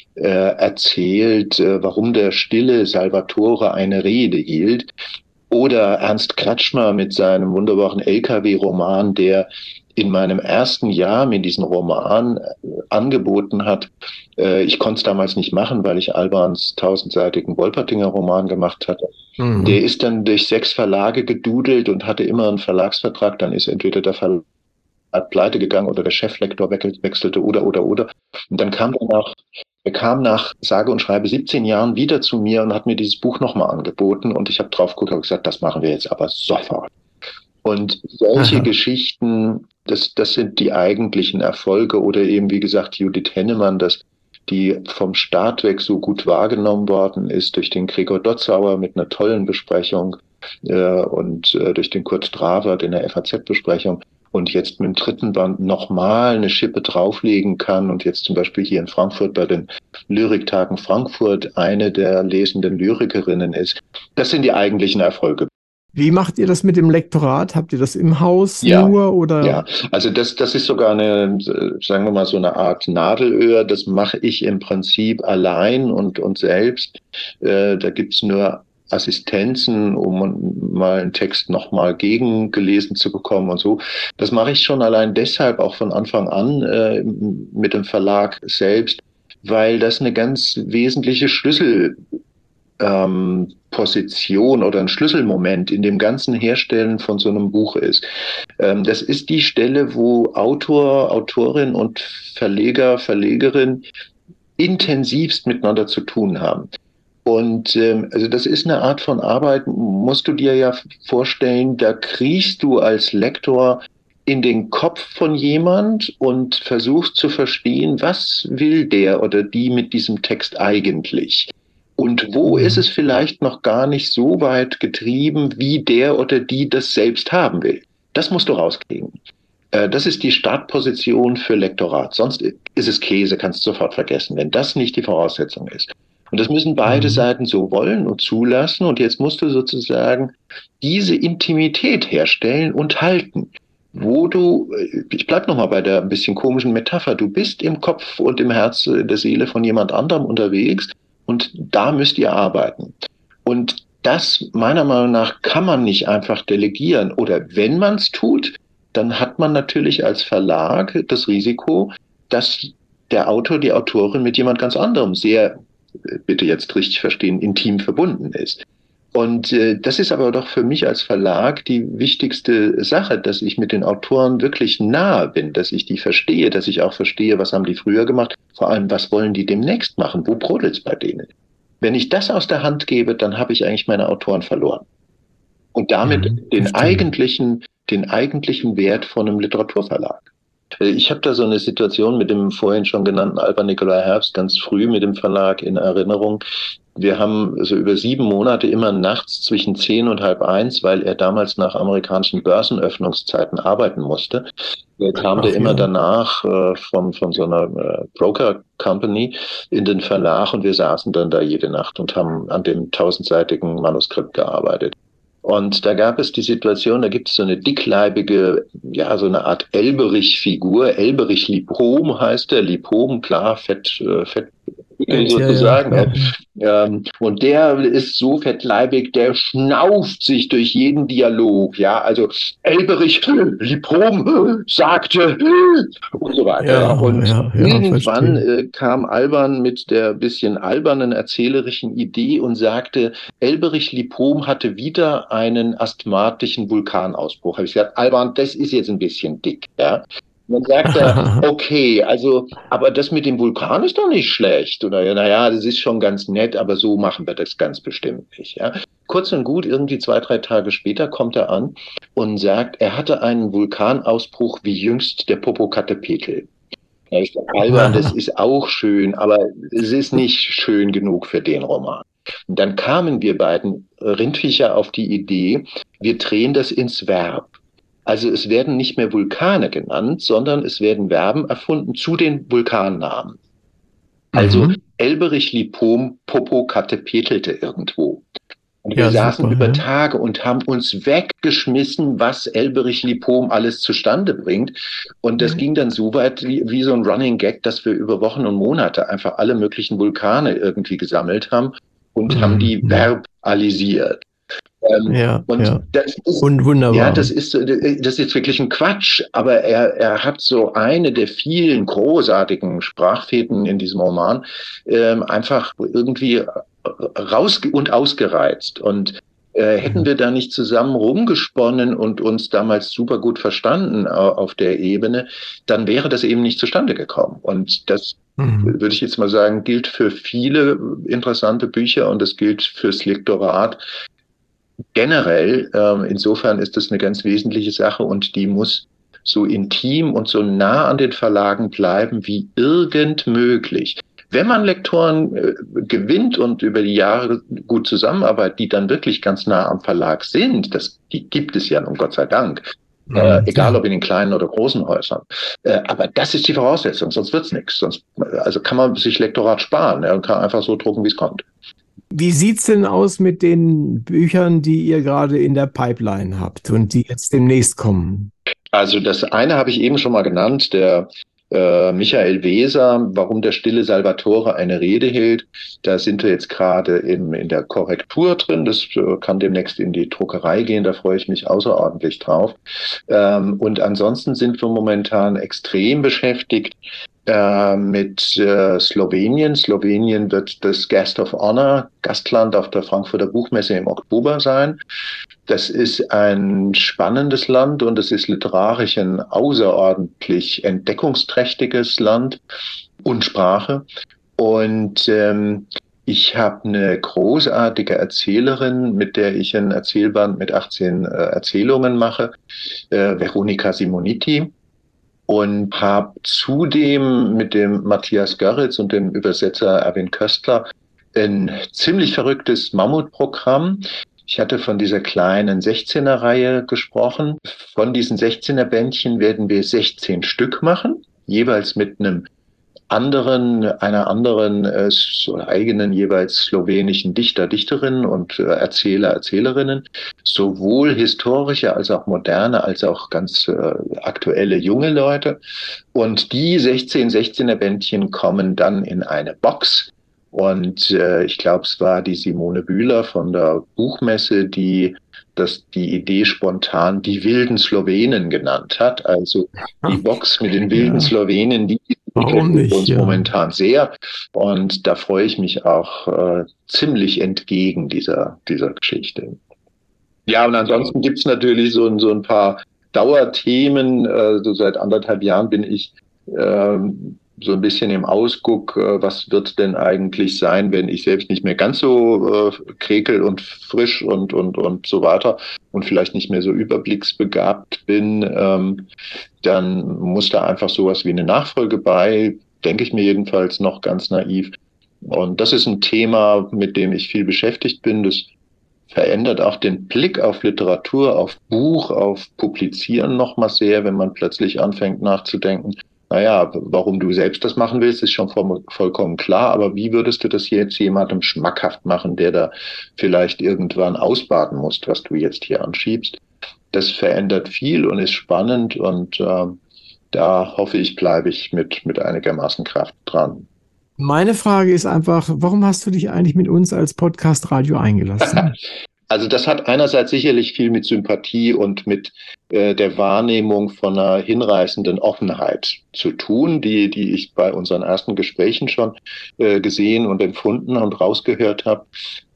S3: erzählt, warum der stille Salvatore eine Rede hielt. Oder Ernst Kretschmer mit seinem wunderbaren LKW-Roman, der in meinem ersten Jahr mir diesen Roman angeboten hat. Ich konnte es damals nicht machen, weil ich Albans 1000-seitigen Wolpertinger Roman gemacht hatte. Der ist dann durch 6 Verlage gedudelt und hatte immer einen Verlagsvertrag. Dann ist entweder der Verlag pleite gegangen oder der Cheflektor wechselte oder. Und dann kam nach sage und schreibe 17 Jahren wieder zu mir und hat mir dieses Buch nochmal angeboten. Und ich habe drauf geguckt und gesagt, das machen wir jetzt aber sofort. Und solche Geschichten, das sind die eigentlichen Erfolge. Oder eben, wie gesagt, Judith Hennemann, die vom Start weg so gut wahrgenommen worden ist durch den Gregor Dotzauer mit einer tollen Besprechung und durch den Kurt Dravert in der FAZ-Besprechung und jetzt mit dem 3. Band nochmal eine Schippe drauflegen kann und jetzt zum Beispiel hier in Frankfurt bei den Lyriktagen Frankfurt eine der lesenden Lyrikerinnen ist. Das sind die eigentlichen Erfolge.
S2: Wie macht ihr das mit dem Lektorat? Habt ihr das im Haus
S3: Ja,
S2: nur oder?
S3: ja. Also das ist sogar eine, sagen wir mal, so eine Art Nadelöhr. Das mache ich im Prinzip allein und selbst. Da gibt's nur Assistenzen, um mal einen Text nochmal gegengelesen zu bekommen und so. Das mache ich schon allein deshalb auch von Anfang an mit dem Verlag selbst, weil das eine ganz wesentliche Position oder ein Schlüsselmoment in dem ganzen Herstellen von so einem Buch ist. Das ist die Stelle, wo Autor, Autorin und Verleger, Verlegerin intensivst miteinander zu tun haben. Und also das ist eine Art von Arbeit, musst du dir ja vorstellen, da kriechst du als Lektor in den Kopf von jemand und versuchst zu verstehen, was will der oder die mit diesem Text eigentlich? Und wo ist es vielleicht noch gar nicht so weit getrieben, wie der oder die das selbst haben will? Das musst du rauskriegen. Das ist die Startposition für Lektorat. Sonst ist es Käse, kannst du sofort vergessen, wenn das nicht die Voraussetzung ist. Und das müssen beide Seiten so wollen und zulassen. Und jetzt musst du sozusagen diese Intimität herstellen und halten. Wo du, ich bleib nochmal bei der ein bisschen komischen Metapher, du bist im Kopf und im Herz der Seele von jemand anderem unterwegs und da müsst ihr arbeiten. Und das, meiner Meinung nach, kann man nicht einfach delegieren. Oder wenn man es tut, dann hat man natürlich als Verlag das Risiko, dass der Autor, die Autorin mit jemand ganz anderem sehr, bitte jetzt richtig verstehen, intim verbunden ist. Und das ist aber doch für mich als Verlag die wichtigste Sache, dass ich mit den Autoren wirklich nahe bin, dass ich die verstehe, dass ich auch verstehe, was haben die früher gemacht, vor allem, was wollen die demnächst machen, wo brodelt's bei denen. Wenn ich das aus der Hand gebe, dann habe ich eigentlich meine Autoren verloren. Und damit den eigentlichen Wert von einem Literaturverlag. Ich habe da so eine Situation mit dem vorhin schon genannten Alban Nikolai Herbst ganz früh mit dem Verlag in Erinnerung. Wir haben so über 7 Monate immer nachts zwischen 10 und halb 1, weil er damals nach amerikanischen Börsenöffnungszeiten arbeiten musste. Kam der immer danach von so einer Broker Company in den Verlag und wir saßen dann da jede Nacht und haben an dem 1000-seitigen Manuskript gearbeitet. Und da gab es die Situation, da gibt es so eine dickleibige, ja, so eine Art Elberich-Figur. Elberich-Lipom heißt der. Lipom, klar, fett sozusagen. Und der ist so fettleibig, der schnauft sich durch jeden Dialog. Ja, also Elberich, Lipom sagte und so weiter. Irgendwann kam Alban mit der bisschen albernen erzählerischen Idee und sagte, Elberich Lipom hatte wieder einen asthmatischen Vulkanausbruch. Habe ich gesagt, Alban, das ist jetzt ein bisschen dick, ja. Und dann sagt er, okay, also, aber das mit dem Vulkan ist doch nicht schlecht. Oder, naja, das ist schon ganz nett, aber so machen wir das ganz bestimmt nicht, ja. Kurz und gut, irgendwie 2, 3 Tage später kommt er an und sagt, er hatte einen Vulkanausbruch wie jüngst der Popocatépetl. Ja, ich sage, Alban, das ist auch schön, aber es ist nicht schön genug für den Roman. Und dann kamen wir beiden Rindviecher auf die Idee, wir drehen das ins Verb. Also es werden nicht mehr Vulkane genannt, sondern es werden Verben erfunden zu den Vulkannamen. Also Elberich Lipom Popocatépetlte irgendwo. Und wir saßen über Tage und haben uns weggeschmissen, was Elberich Lipom alles zustande bringt. Und das ging dann so weit wie so ein Running Gag, dass wir über Wochen und Monate einfach alle möglichen Vulkane irgendwie gesammelt haben und haben die verbalisiert. Das ist, wunderbar. Ja, das ist jetzt wirklich ein Quatsch, aber er hat so eine der vielen großartigen Sprachfäden in diesem Roman einfach irgendwie ausgereizt. Und hätten wir da nicht zusammen rumgesponnen und uns damals super gut verstanden auf der Ebene, dann wäre das eben nicht zustande gekommen. Und das würde ich jetzt mal sagen, gilt für viele interessante Bücher und das gilt fürs Lektorat. Generell, insofern ist das eine ganz wesentliche Sache und die muss so intim und so nah an den Verlagen bleiben wie irgend möglich. Wenn man Lektoren gewinnt und über die Jahre gut zusammenarbeitet, die dann wirklich ganz nah am Verlag sind, die gibt es ja nun Gott sei Dank, egal ob in den kleinen oder großen Häusern. Aber das ist die Voraussetzung, sonst wird's nichts. Sonst, also kann man sich Lektorat sparen und kann einfach so drucken, wie es kommt.
S2: Wie sieht's denn aus mit den Büchern, die ihr gerade in der Pipeline habt und die jetzt demnächst kommen?
S3: Also das eine habe ich eben schon mal genannt, der Michael Weser, warum der stille Salvatore eine Rede hielt. Da sind wir jetzt gerade in der Korrektur drin. Das kann demnächst in die Druckerei gehen. Da freue ich mich außerordentlich drauf. Und ansonsten sind wir momentan extrem beschäftigt mit Slowenien. Slowenien wird das Guest of Honor, Gastland auf der Frankfurter Buchmesse im Oktober sein. Das ist ein spannendes Land und es ist literarisch ein außerordentlich entdeckungsträchtiges Land und Sprache. Und ich habe eine großartige Erzählerin, mit der ich ein Erzählband mit 18 Erzählungen mache, Veronika Simoniti. Und habe zudem mit dem Matthias Görritz und dem Übersetzer Erwin Köstler ein ziemlich verrücktes Mammutprogramm. Ich hatte von dieser kleinen 16er-Reihe gesprochen. Von diesen 16er-Bändchen werden wir 16 Stück machen, jeweils mit einer anderen eigenen jeweils slowenischen Dichter, Dichterinnen und Erzähler, Erzählerinnen, sowohl historische als auch moderne, als auch ganz aktuelle junge Leute. Und die 16er Bändchen kommen dann in eine Box. Und ich glaube, es war die Simone Bühler von der Buchmesse, die die Idee spontan die wilden Slowenen genannt hat. Also die Box mit den wilden Slowenen, die entwickeln uns momentan sehr. Und da freue ich mich auch ziemlich entgegen dieser Geschichte. Ja, und ansonsten gibt's natürlich so ein paar Dauerthemen. So seit 1,5 Jahren bin ich so ein bisschen im Ausguck, was wird denn eigentlich sein, wenn ich selbst nicht mehr ganz so krekel und frisch und so weiter und vielleicht nicht mehr so überblicksbegabt bin, dann muss da einfach sowas wie eine Nachfolge bei, denke ich mir jedenfalls noch ganz naiv. Und das ist ein Thema, mit dem ich viel beschäftigt bin. Das verändert auch den Blick auf Literatur, auf Buch, auf Publizieren noch mal sehr, wenn man plötzlich anfängt nachzudenken. Naja, warum du selbst das machen willst, ist schon vollkommen klar. Aber wie würdest du das jetzt jemandem schmackhaft machen, der da vielleicht irgendwann ausbaden muss, was du jetzt hier anschiebst? Das verändert viel und ist spannend. Und da hoffe ich, bleibe ich mit einigermaßen Kraft dran.
S2: Meine Frage ist einfach, warum hast du dich eigentlich mit uns als Podcast-Radio eingelassen?
S3: Also das hat einerseits sicherlich viel mit Sympathie und mit der Wahrnehmung von einer hinreißenden Offenheit zu tun, die ich bei unseren ersten Gesprächen schon gesehen und empfunden und rausgehört habe.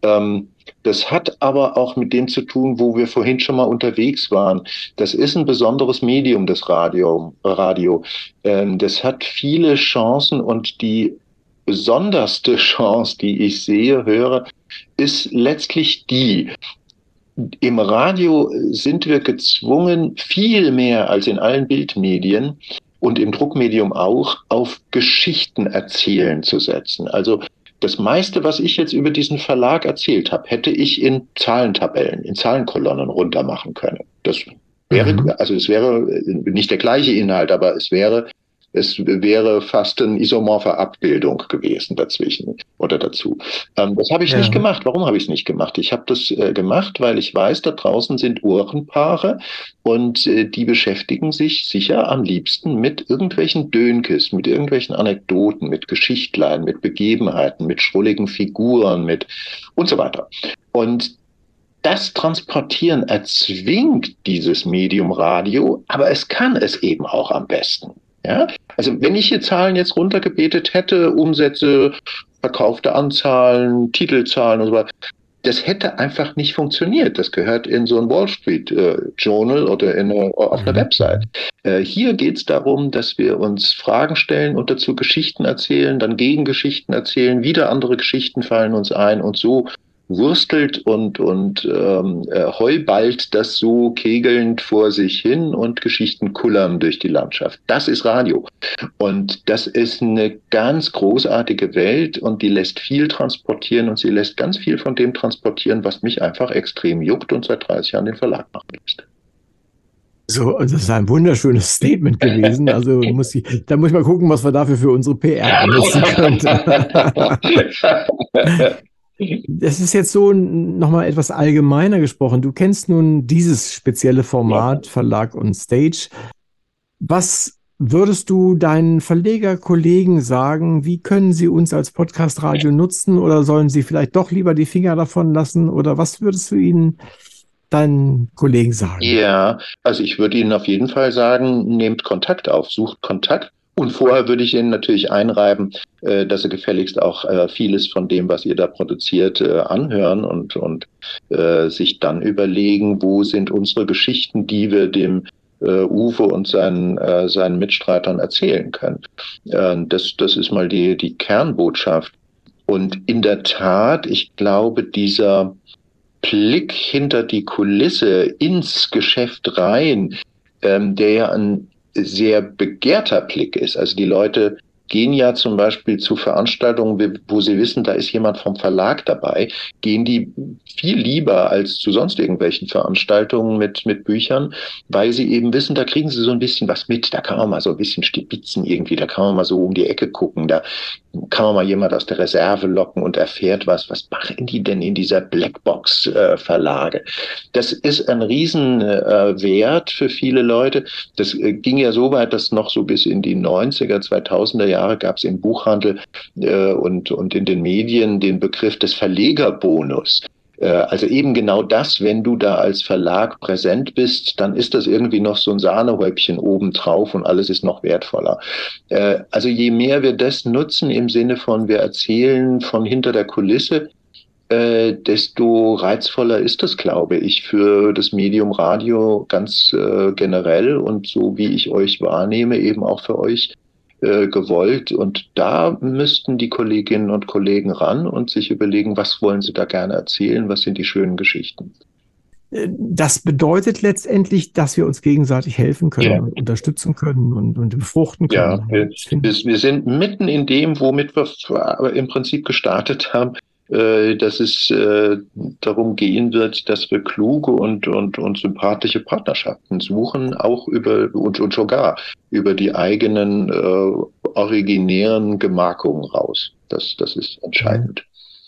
S3: Das hat aber auch mit dem zu tun, wo wir vorhin schon mal unterwegs waren. Das ist ein besonderes Medium, das Radio. Das hat viele Chancen und die besonderste Chance, die ich sehe, höre, ist letztlich die: Im Radio sind wir gezwungen, viel mehr als in allen Bildmedien und im Druckmedium auch, auf Geschichten erzählen zu setzen. Also das meiste, was ich jetzt über diesen Verlag erzählt habe, hätte ich in Zahlentabellen, in Zahlenkolonnen runtermachen können. Das wäre, also es wäre nicht der gleiche Inhalt, aber es wäre fast eine isomorphe Abbildung gewesen dazwischen oder dazu. Das habe ich nicht gemacht. Warum habe ich es nicht gemacht? Ich habe das gemacht, weil ich weiß, da draußen sind Ohrenpaare und die beschäftigen sich sicher am liebsten mit irgendwelchen Dönkes, mit irgendwelchen Anekdoten, mit Geschichtlein, mit Begebenheiten, mit schrulligen Figuren, und so weiter. Und das Transportieren erzwingt dieses Medium Radio, aber es kann es eben auch am besten. Ja, also wenn ich hier Zahlen jetzt runtergebetet hätte, Umsätze, verkaufte Anzahlen, Titelzahlen und so weiter, das hätte einfach nicht funktioniert. Das gehört in so ein Wall Street Journal oder auf einer Website. Hier geht es darum, dass wir uns Fragen stellen und dazu Geschichten erzählen, dann Gegengeschichten erzählen, wieder andere Geschichten fallen uns ein und so wurstelt und heuballt das so kegelnd vor sich hin und Geschichten kullern durch die Landschaft. Das ist Radio. Und das ist eine ganz großartige Welt und die lässt viel transportieren und sie lässt ganz viel von dem transportieren, was mich einfach extrem juckt und seit 30 Jahren den Verlag machen lässt.
S2: So, das ist ein wunderschönes Statement gewesen. Also da muss ich mal gucken, was wir dafür für unsere PR benutzen können. Das ist jetzt so nochmal etwas allgemeiner gesprochen. Du kennst nun dieses spezielle Format, Verlag on Stage. Was würdest du deinen Verlegerkollegen sagen? Wie können sie uns als Podcast-Radio nutzen oder sollen sie vielleicht doch lieber die Finger davon lassen? Oder was würdest du deinen Kollegen sagen?
S3: Ja, also ich würde Ihnen auf jeden Fall sagen, nehmt Kontakt auf, sucht Kontakt. Und vorher würde ich Ihnen natürlich einreiben, dass Sie gefälligst auch vieles von dem, was ihr da produziert, anhören und sich dann überlegen, wo sind unsere Geschichten, die wir dem Uwe und seinen Mitstreitern erzählen können. Das ist mal die Kernbotschaft. Und in der Tat, ich glaube, dieser Blick hinter die Kulisse ins Geschäft rein, der ja ein sehr begehrter Blick ist. Also die Leute gehen ja zum Beispiel zu Veranstaltungen, wo sie wissen, da ist jemand vom Verlag dabei, gehen die viel lieber als zu sonst irgendwelchen Veranstaltungen mit Büchern, weil sie eben wissen, da kriegen sie so ein bisschen was mit, da kann man mal so ein bisschen stibitzen irgendwie, da kann man mal so um die Ecke gucken, da kann man mal jemand aus der Reserve locken und erfährt was machen die denn in dieser Blackbox-Verlage? Das ist ein Riesenwert für viele Leute. Das ging ja so weit, dass noch so bis in die 90er, 2000er Jahre gab es im Buchhandel und in den Medien den Begriff des Verlegerbonus. Also eben genau das, wenn du da als Verlag präsent bist, dann ist das irgendwie noch so ein Sahnehäubchen obendrauf und alles ist noch wertvoller. Also je mehr wir das nutzen im Sinne von, wir erzählen von hinter der Kulisse, desto reizvoller ist das, glaube ich, für das Medium Radio ganz generell und so wie ich euch wahrnehme, eben auch für euch gewollt. Und da müssten die Kolleginnen und Kollegen ran und sich überlegen, was wollen sie da gerne erzählen, was sind die schönen Geschichten.
S2: Das bedeutet letztendlich, dass wir uns gegenseitig helfen können und unterstützen können und befruchten können.
S3: Ja, wir sind mitten in dem, womit wir im Prinzip gestartet haben, dass es darum gehen wird, dass wir kluge und sympathische Partnerschaften suchen, auch und sogar über die eigenen originären Gemarkungen raus. Das ist entscheidend.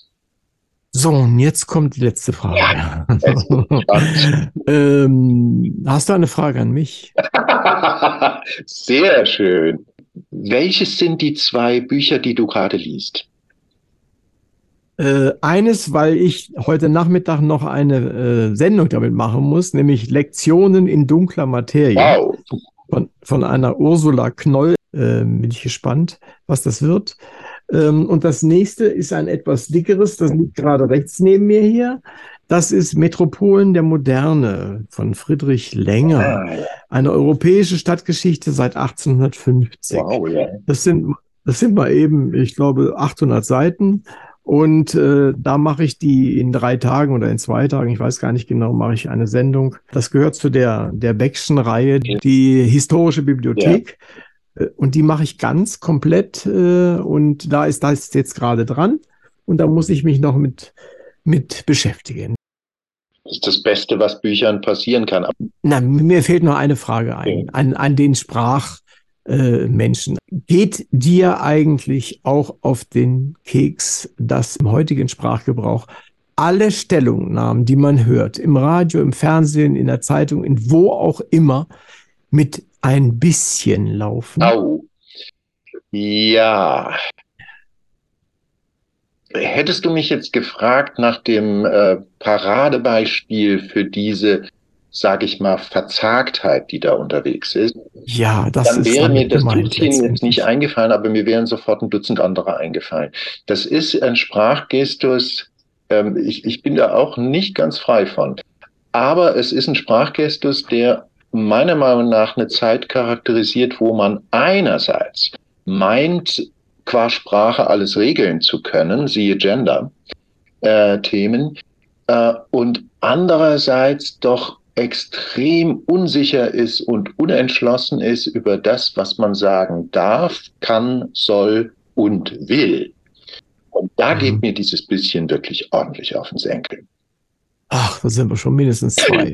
S2: So, und jetzt kommt die letzte Frage. Ja, hast du eine Frage an mich?
S3: Sehr schön. Welches sind die 2 Bücher, die du gerade liest?
S2: Eines, weil ich heute Nachmittag noch eine Sendung damit machen muss, nämlich Lektionen in dunkler Materie.
S3: Wow.
S2: Von einer Ursula Knoll. Bin ich gespannt, was das wird. Und das nächste ist ein etwas dickeres, das liegt gerade rechts neben mir hier. Das ist Metropolen der Moderne von Friedrich Länger. Eine europäische Stadtgeschichte seit 1850.
S3: Wow, ja.
S2: Das sind mal eben, ich glaube, 800 Seiten. Und da mache ich die in 3 Tagen oder in 2 Tagen, ich weiß gar nicht genau, mache ich eine Sendung. Das gehört zu der Beckschen Reihe, die historische Bibliothek. Ja. Und die mache ich ganz komplett und da ist das jetzt gerade dran und da muss ich mich noch mit beschäftigen.
S3: Das ist das Beste, was Büchern passieren kann.
S2: Na, mir fehlt noch eine Frage an den Sprachmenschen. Geht dir eigentlich auch auf den Keks, dass im heutigen Sprachgebrauch alle Stellungnahmen, die man hört, im Radio, im Fernsehen, in der Zeitung, in wo auch immer, mit ein bisschen laufen?
S3: Au. Ja. Hättest du mich jetzt gefragt nach dem Paradebeispiel für diese, sage ich mal, Verzagtheit, die da unterwegs ist,
S2: ja, das
S3: dann
S2: ist
S3: wäre mir das
S2: gemeint,
S3: Dutzchen jetzt nicht eingefallen, aber mir wären sofort ein Dutzend andere eingefallen. Das ist ein Sprachgestus, ich bin da auch nicht ganz frei von, aber es ist ein Sprachgestus, der meiner Meinung nach eine Zeit charakterisiert, wo man einerseits meint, qua Sprache alles regeln zu können, siehe Gender-Themen, und andererseits doch extrem unsicher ist und unentschlossen ist über das, was man sagen darf, kann, soll und will. Und da geht mir dieses bisschen wirklich ordentlich auf den Senkel.
S2: Ach, da sind wir schon mindestens 2.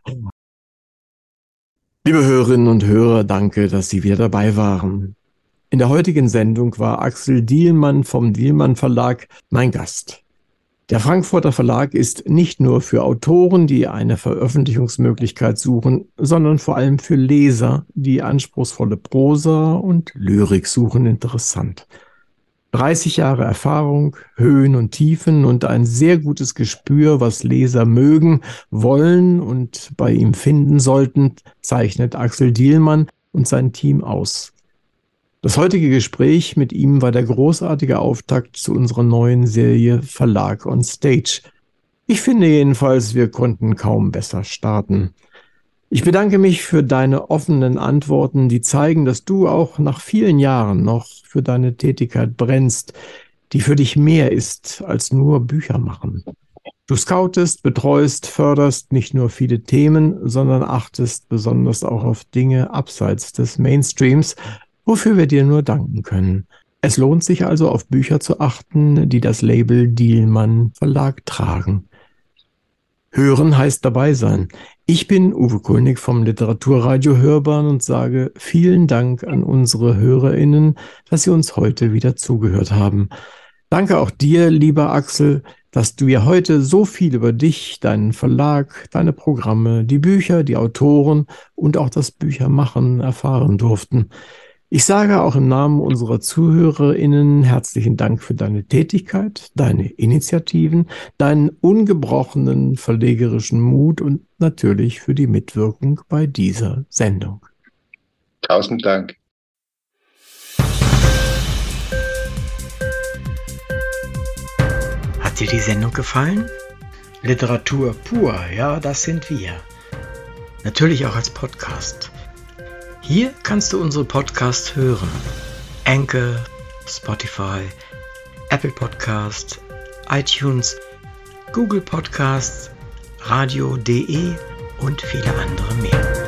S2: Liebe Hörerinnen und Hörer, danke, dass Sie wieder dabei waren. In der heutigen Sendung war Axel Dielmann vom Dielmann Verlag mein Gast. Der Frankfurter Verlag ist nicht nur für Autoren, die eine Veröffentlichungsmöglichkeit suchen, sondern vor allem für Leser, die anspruchsvolle Prosa und Lyrik suchen, interessant. 30 Jahre Erfahrung, Höhen und Tiefen und ein sehr gutes Gespür, was Leser mögen, wollen und bei ihm finden sollten, zeichnet Axel Dielmann und sein Team aus. Das heutige Gespräch mit ihm war der großartige Auftakt zu unserer neuen Serie Verlag on Stage. Ich finde jedenfalls, wir konnten kaum besser starten. Ich bedanke mich für deine offenen Antworten, die zeigen, dass du auch nach vielen Jahren noch für deine Tätigkeit brennst, die für dich mehr ist als nur Bücher machen. Du scoutest, betreust, förderst nicht nur viele Themen, sondern achtest besonders auch auf Dinge abseits des Mainstreams, wofür wir dir nur danken können. Es lohnt sich also, auf Bücher zu achten, die das Label Dielmann Verlag tragen. Hören heißt dabei sein. Ich bin Uwe Kulnig vom Literaturradio Hörbahn und sage vielen Dank an unsere HörerInnen, dass sie uns heute wieder zugehört haben. Danke auch dir, lieber Axel, dass wir heute so viel über dich, deinen Verlag, deine Programme, die Bücher, die Autoren und auch das Büchermachen erfahren durften. Ich sage auch im Namen unserer ZuhörerInnen herzlichen Dank für deine Tätigkeit, deine Initiativen, deinen ungebrochenen verlegerischen Mut und natürlich für die Mitwirkung bei dieser Sendung.
S3: 1000 Dank.
S1: Hat dir die Sendung gefallen? Literatur pur, ja, das sind wir. Natürlich auch als Podcast. Hier kannst du unsere Podcasts hören. Anchor, Spotify, Apple Podcast, iTunes, Google Podcasts, radio.de und viele andere mehr.